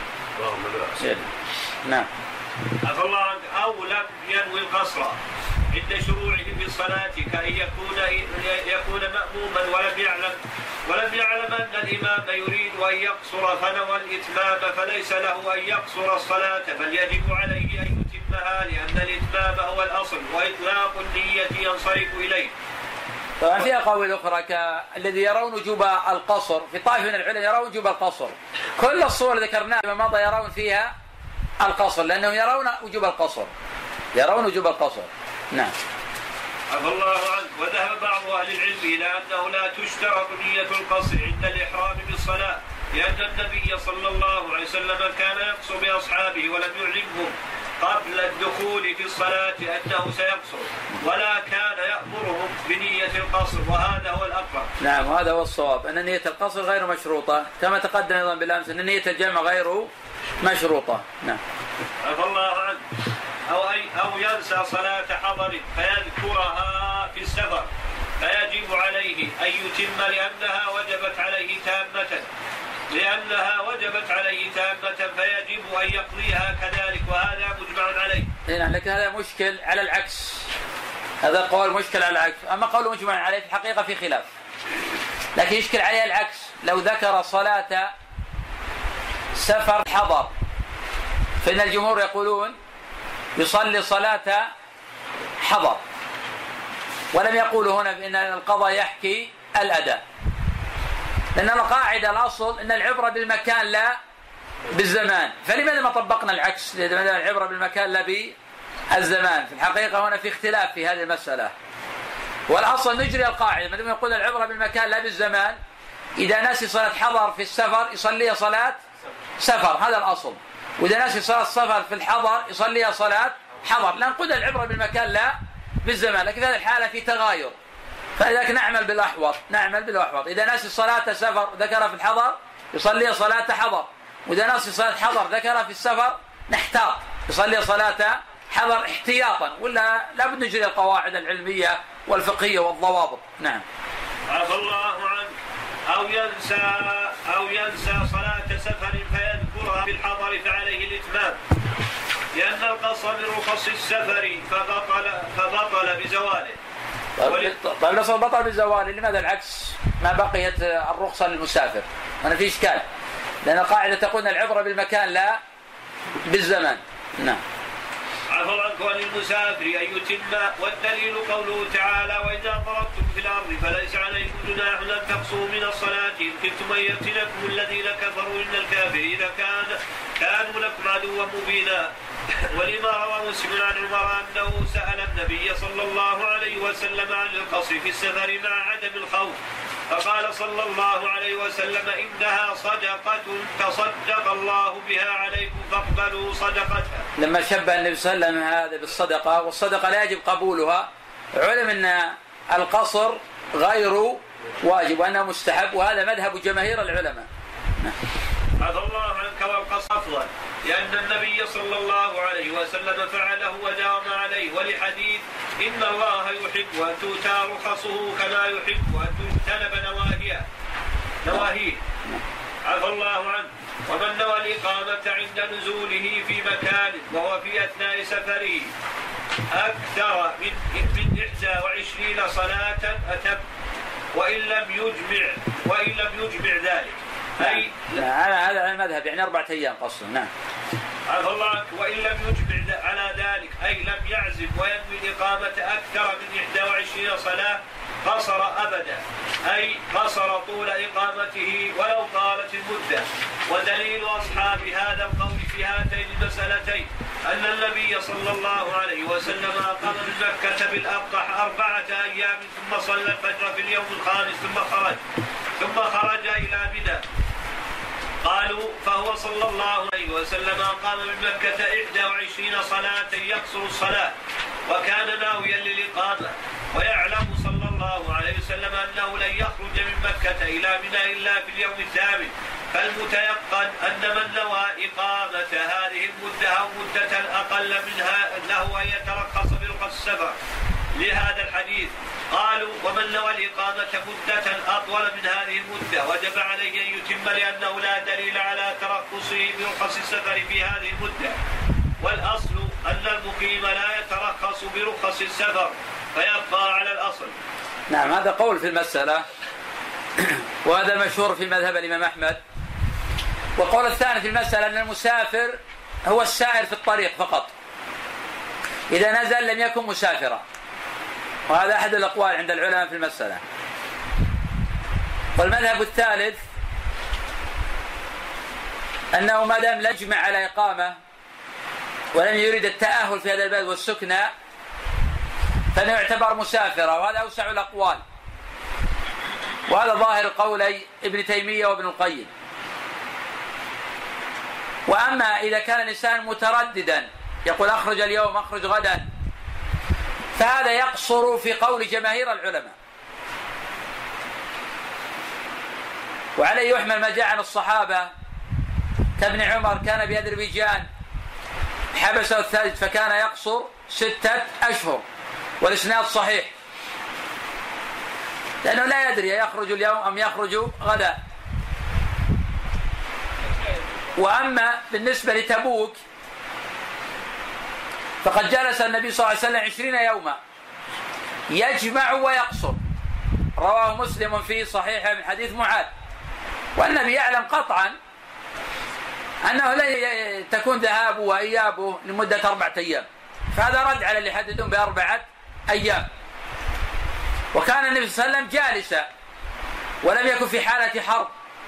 نعم. عفى الله عنك. أو لم ينوي القصر عند شروعه في الصلاة كأن يكون مأموما ولم يعلم أن الإمام يريد أن يقصر فنوى الإتمام فليس له أن يقصر الصلاة بل يجب عليه أن يتمها لأن الإتمام هو الأصل وإطلاق النية ينصرف إليه. طبعا فيها قول أخرى الذي يرون وجوب القصر في طائفة من العلماء يرون وجوب القصر. كل الصور ذكرناها فيما مضى يرون فيها القصر لأنهم يرون وجوب القصر. نعم. عفى الله عنك. وذهب بعض أهل العلم إلى أنه لا تشترط نية القصر عند الإحرام بالصلاة لأن النبي صلى الله عليه وسلم كان يقصر بأصحابه ولم يعلمهم قبل الدخول في الصلاة أنه سيقصر ولا كان يأمرهم بنية القصر وهذا هو الأقرب. نعم وهذا هو الصواب أن نية القصر غير مشروطة كما تقدم أيضا بالأمس أن نية الجمع غير مشروطة. نعم. عفى الله عنه. أو ينسى صلاة حضر فيذكرها في السفر فيجب عليه أن يتم لأنها وجبت عليه تامة فيجب أن يقضيها كذلك وهذا مجمع عليه. لكن هذا مشكل على العكس. هذا قول مشكل على العكس. أما قول مجمع عليه في الحقيقة في خلاف لكن يشكل عليه العكس. لو ذكر صلاة سفر حضر فإن الجمهور يقولون يصلي صلاة حضر ولم يقولوا هنا بأن القضاء يحكي الأداء لأن القاعدة الأصل أن العبرة بالمكان لا بالزمان. فلماذا ما طبقنا العكس؟ لماذا العبرة بالمكان لا بالزمان؟ في الحقيقة هنا في اختلاف في هذه المسألة والأصل نجري القاعدة ما دام يقول العبرة بالمكان لا بالزمان إذا نسي صلاة حضر في السفر يصلي صلاة سفر هذا الأصل وإذا نسي صلاة السفر في الحضر يصلي صلاة حضر لأن قد العبرة بالمكان لا بالزمان. لكن هذه الحالة في تغاير فلذلك نعمل بالأحوط. إذا نسي صلاة سفر ذكر في الحضر يصلي صلاة حضر وإذا نسي صلاة حضر ذكر في السفر نحتاط يصلي صلاة حضر احتياطا ولا لابد نجري القواعد العلمية والفقهية والضوابط. نعم. عفى الله عنك. أو ينسى صلاة سفر فيذكرها في الحضر فعليه الإتمام لأن القصر من رخص السفر فبطل بزواله. طيب لو بطل بزواله لماذا العكس ما بقيت الرخصة للمسافر؟ هنا في إشكال لأن القاعدة تقول العبرة بالمكان لا بالزمان. نعم. عفى الله عنك. وللمسافر أن يتم والدليل قوله تعالى وإذا ضربتم في الأرض فليس عليكم جناح أن تقصروا من الصلاة إن كنتم أن يفتنكم الذين كفروا من الكافرين كانوا لكم عدوا مبينا. ولما روى مسلم عن عمر أنه سأل النبي صلى الله عليه وسلم عن القصر في السفر مع عدم الخوف فقال صلى الله عليه وسلم إنها صدقة تصدق الله بها عليكم فاقبلوا صدقتها. لما شبه النبي صلى الله عليه وسلم هذا بالصدقة والصدقة لا يجب قبولها علم أن القصر غير واجب وأنه مستحب وهذا مذهب جماهير العلماء. عفى الله عنك. والقصر أفضل لأن النبي صلى الله عليه وسلم فعله وداوم عليه ولحديث إن الله يحب أن تؤتى رخصه كما يحب أن تجتنب نواهيه. عفى الله عنه. ومن نوى الإقامة عند نزوله في مكان وهو في أثناء سفره أكثر من 21 صلاة أتم وإن لم يجمع ذلك هذا المذهب يعني 4 أيام قصر. نعم. عفى الله عنك. وإن لم يجمع على ذلك أي لم يعزم وينوي الإقامة أكثر من 21 صلاة قصر أبدا أي قصر طول إقامته ولو طالت المدة. ودليل أصحاب هذا القول في هاتين المسألتين أن النبي صلى الله عليه وسلم أقام بمكة بالأبطح 4 أيام ثم صلى الفجر في اليوم الخامس ثم خرج إلى منى. قالوا فهو صلى الله عليه وسلم أقام بمكة 21 صلاة يقصر الصلاة وكان ناويا للإقامة ويعلم صلى الله عليه وسلم أنه لن يخرج من مكة إلى منى إلا في اليوم الثامن فالمتيقن أن من نوى إقامة هذه المدة أو مدة أقل منها له أن يترخص برخص السفر لهذا الحديث. قالوا ومن نوى الإقامة مدة أطول من هذه المدة وجب عليه أن يتم لأنه لا دليل على ترخصه برخص السفر في هذه المدة، والأصل أن المقيم لا يترخص برخص السفر فيبقى على الأصل. نعم، هذا قول في المسألة، وهذا المشهور في مذهب الإمام أحمد. والقول الثاني في المسألة أن المسافر هو السائر في الطريق فقط، إذا نزل لم يكن مسافرا، وهذا أحد الأقوال عند العلماء في المسألة. والمذهب الثالث أنه ما دام لم يجمع على إقامة ولم يريد التأهل في هذا البلد والسكنى فإنه يعتبر مسافرا، وهذا أوسع الأقوال، وهذا ظاهر قولي ابن تيمية وابن القيم. وأما إذا كان الإنسان مترددا يقول أخرج اليوم أخرج غدا، فهذا يقصر في قول جماهير العلماء، وعليه يحمل ما جاء عن الصحابة كابن عمر كان بأذربيجان حبسه الثلج فكان يقصر 6 أشهر، والإسناد صحيح، لأنه لا يدري يخرج اليوم أم يخرج غدا. وأما بالنسبة لتبوك فقد جلس النبي صلى الله عليه وسلم 20 يوما يجمع ويقصر، رواه مسلم في صحيحه من حديث معاذ. والنبي يعلم قطعا أنه لا تكون ذهابه وإيابه لمدة 4 أيام، فهذا رد على اللي يحددون ب4 أيام. وكان النبي صلى الله عليه وسلم جالسا ولم يكن في حالة حرب،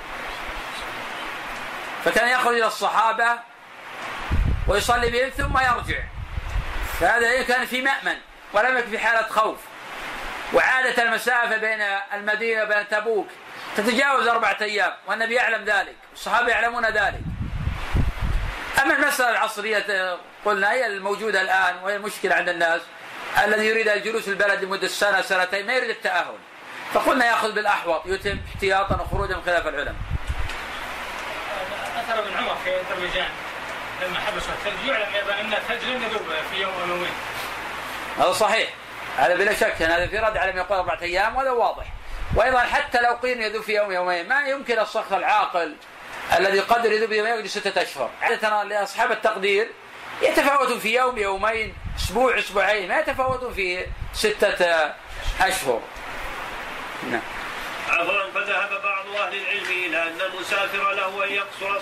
فكان يخرج إلى الصحابة ويصلي بهم ثم يرجع، فهذا كان في مأمن ولم يكن في حالة خوف. وعادة المسافة بين المدينة وبين تبوك تتجاوز 4 أيام، والنبي يعلم ذلك، والصحابة يعلمون ذلك. أما المسألة العصرية قلنا هي الموجودة الآن، وهي المشكلة عند الناس، الذي يريد الجلوس في البلد لمدة سنة سنتين ما يريد التأهل، فقلنا يأخذ بالأحوط يتم احتياطا وخروجا من خلاف العلم. أثر ابن عمر في أذربيجان لما حبسوا الثلج، يعلم أيضا أن الثلج لم يذوب في يوم أو يومين. هذا صحيح، هذا بلا شك، هذا في رد على ما يقول 4 أيام، وهذا واضح. وأيضا حتى لو قيل يذوب في يوم يومين ما يمكن الشخص العاقل الذي قدر يذوب يوم يجلس 6 أشهر. عادة لأصحاب التقدير يتفاوتون في يوم يومين أسبوع أسبوعين، ما يتفاوتون في 6 أشهر. نعم. عفوا. فذهب بعض أهل العلم إلى أن المسافر له أن يقصر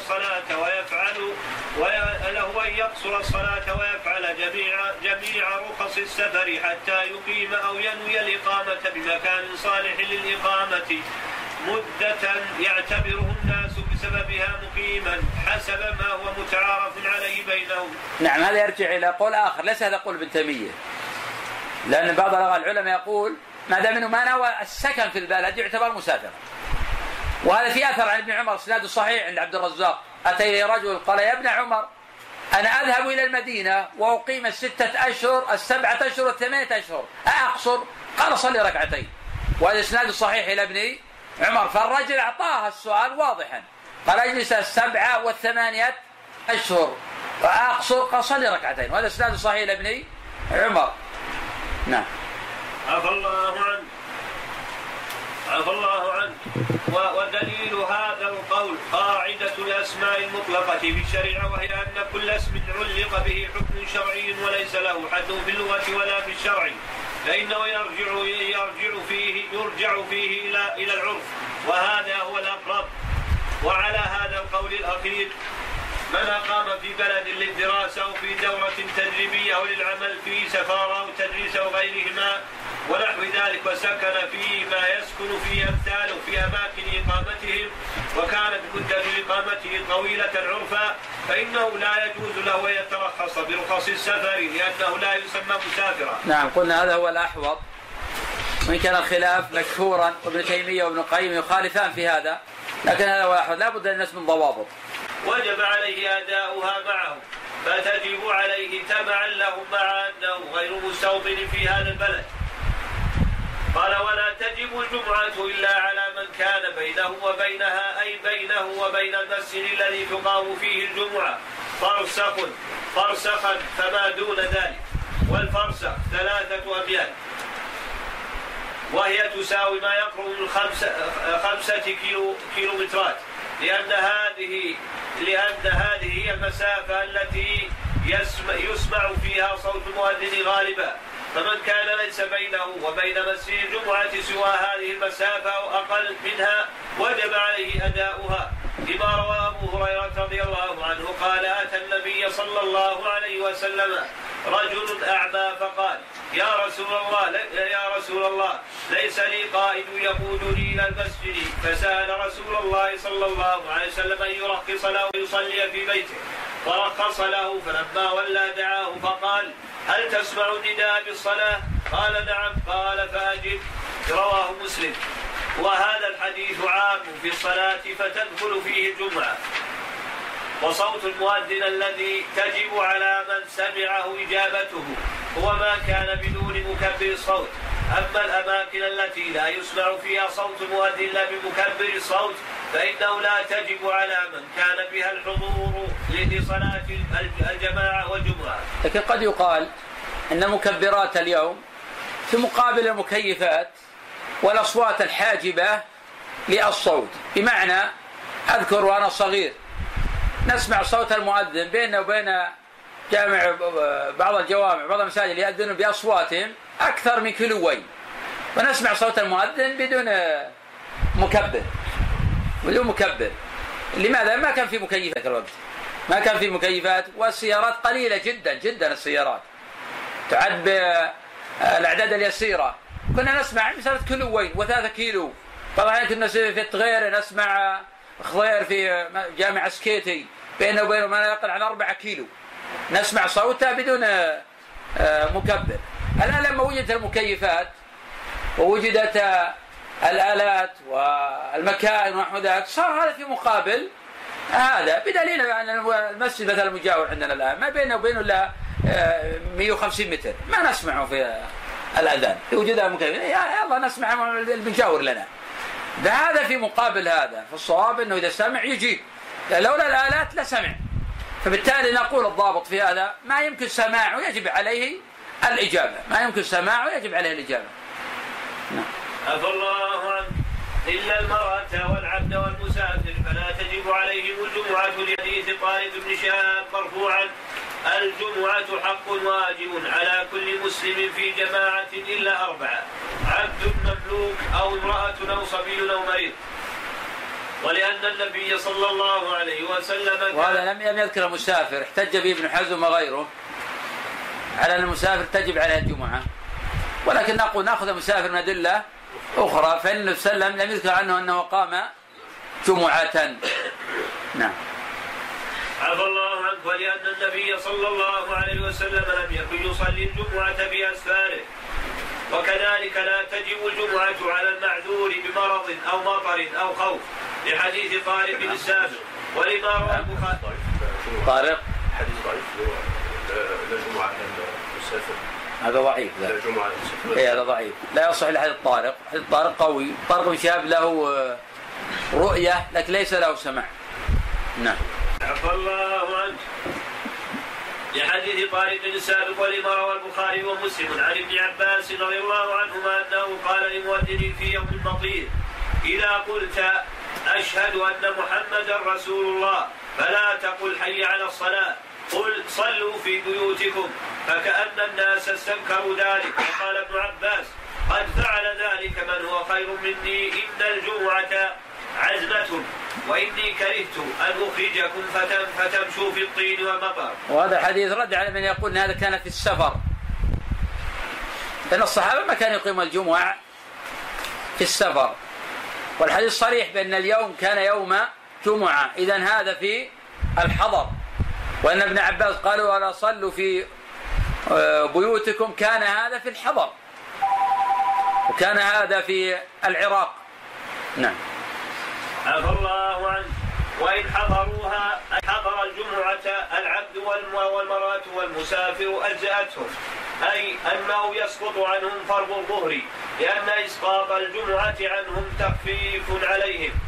الصلاة ويفعل جميع رخص السفر حتى يقيم أو ينوي الإقامة بمكان صالح للإقامة مدة يعتبره الناس بسببها مقيما حسب ما هو متعارف عليه بينهم. نعم، هذا يرجع إلى قول آخر، ليس هذا قول ابن تيمية، لأن بعض العلماء يقول ما دام انه ما نوى السكن في البلد يعتبر مسافرا. وهذا في اثر عن ابن عمر اسناده صحيح عند عبد الرزاق، اتي رجل قال يا ابن عمر انا اذهب الى المدينه واقيم 6 أشهر 7 أشهر 8 أشهر اقصر؟ قال صلي 2 ركعتين، وهذا اسناده صحيح الى ابن عمر. فالرجل اعطاه السؤال واضحا، قال اجلس 7 و8 أشهر واقصر؟ قال صلي 2 ركعتين، وهذا اسناده صحيح الى ابن عمر. نعم. عفى الله عنه. ودليل هذا القول قاعدة الأسماء المطلقة في الشريعة، وهي أن كل اسم علق به حكم شرعي وليس له حد في اللغة ولا في الشرع، فإنه يرجع فيه إلى العرف، وهذا هو الأقرب. وعلى هذا القول الأخير من أقام في بلد للدراسة أو في دورة تدريبية أو للعمل في سفارة أو تدريس أو غيرهما ونحو ذلك، وسكن فيه ما يسكن فيه أمثاله في أماكن إقامتهم، وكانت مدة إقامته طويلة عرفا، فإنه لا يجوز له أن يترخص برخص السفر لأنه لا يسمى مسافرا. نعم، قلنا هذا هو الأحوط، وإن كان الخلاف مشهورا وابن تيمية وابن القيم يخالفان في هذا، لكن هذا هو الأحوط، لا بد للناس من ضوابط. وجب عليه أداؤها معه، فتجب عليه تبعا لهم مع أنه غير مستوطن في هذا البلد. قال ولا تجب الجمعة إلا على من كان بينه وبينها، أي بينه وبين المسجد الذي تقام فيه الجمعة فرسخا فما دون ذلك، والفرسخ 3 أميال، وهي تساوي ما يقرب من 5 كيلومترات، لأن هذه هي المسافة التي يسمع فيها صوت المؤذن غالبا، فمن كان ليس بينه وبين مسجد الجمعة سوى هذه المسافة أو أقل منها وجب عليه أداؤها، لما روى أبو هريرة رضي الله عنه قال: أتى النبي صلى الله عليه وسلم رجل أعمى فقال: يا رسول الله ليس لي قائد يقودني إلى المسجد، فسأل رسول الله صلى الله عليه وسلم أن يرخص له ويصلي في بيته، فرخص له، فلما ولى دعاه فقال: هل تسمع النداء بالصلاة؟ قال: نعم. قال: فأجب. رواه مسلم. وهذا الحديث عام في الصلاة فتدخل فيه الجمعة، وصوت المؤذن الذي تجب على من سمعه إجابته هو ما كان بدون مكبر الصوت. أما الأماكن التي لا يسمع فيها صوت المؤذن إلا بمكبر الصوت فإنه لا تجب على من كان بها الحضور لصلاة الجماعة والجمعة. لكن قد يقال أن مكبرات اليوم في مقابل المكيفات والأصوات الحاجبة للصوت، بمعنى أذكر وأنا صغير نسمع صوت المؤذن بيننا وبين جامع بعض الجوامع بعض المساجد يؤذنون بأصواتهم أكثر من كيلوين، ونسمع صوت المؤذن بدون مكبر. لماذا؟ ما كان في مكيفات الوقت، ما كان في مكيفات، والسيارات قليلة جدا جدا، السيارات تعد بالأعداد اليسيرة. كنا نسمع مسافة كيلوين و3 كيلو. طبعا كنا في التغير نسمع خضير في جامع سكيتي بينه وبينه ما يقل عن 4 كيلو، نسمع صوته بدون مكبر. الآن لما وجدت المكيفات ووجدت الآلات والمكائن ونحو ذلك صار هذا في مقابل هذا، بدليل أن المسجد مثلا المجاور عندنا الآن ما بينه وبينه إلا 150 متر، ما نسمعه في الأذان وجودها مكيف، يا الله نسمع المجاور لنا. هذا في مقابل هذا، فالصواب أنه إذا سمع يجيب، لولا الآلات لسمع. فبالتالي نقول الضابط في هذا ما يمكن سماعه يجب عليه الإجابة، ما يمكن سماعه يجب عليه الإجابة. نعم. عفى الله عنه. إلا المرأة والعبد والمسافر فلا تجب عليهم الجمعة، لحديث طارق بن شهاب مرفوعا: الجمعة حق واجب على كل مسلم في جماعة إلا 4: عبد مملوك أو امرأة أو صبي أو مريض. ولأن النبي صلى الله عليه وسلم وهذا لم يذكر المسافر، احتج به ابن حزم وغيره على أن المسافر تجب عليه الجمعة، ولكن نقول نأخذ المسافر من أدلة أخرى، فإن النبي صلى الله عليه وسلم لم يذكر عنه أنه قام جمعة. نعم. عفى الله عنك. ولأن النبي صلى الله عليه وسلم لم يكن يصلي الجمعة بأسفاره، وكذلك لا تجب الجمعة على المعذور بمرض أو مطر أو خوف، لحديث طارق بن السابق. ولما روى البخاري طارق حديث ضعيف لا جمعة المسافر، هذا ضعيف. هذا ضعيف، لا يصح لحديث طارق. حديث طارق قوي. طارق بن شهاب له رؤية لكن ليس له سمع. نعم. عفى الله عنك. لحديث طارق بن السابق. ولما روى البخاري ومسلم عن ابن عباس رضي الله عنهما أنه قال لمؤذن في يوم مطير: إذا قلت أشهد أن محمدا رسول الله فلا تقل حي على الصلاة، قل صلوا في بيوتكم. فكأن الناس استنكروا ذلك، وقال ابن عباس: قد فعل ذلك من هو خير مني، إن الجمعة عزمة وإني كرهت أن أخرجكم فتمشوا في الطين والمطر. وهذا الحديث رد على من يقول أن هذا كان في السفر، لأن الصحابة ما كانوا يقيمون الجمعة في السفر، والحديث صريح بأن اليوم كان يوم جمعة، إذن هذا في الحضر. وأن ابن عباس قالوا: ولا صلوا في بيوتكم، كان هذا في الحضر، وكان هذا في العراق. نعم. عفى الله عنه. وإن حضروها حضر الجمعة العبد والمرأة والمسافر أجزأتهم، أي أنه يسقط عنهم فرض الظهر، لأن إسقاط الجمعة عنهم تخفيف عليهم.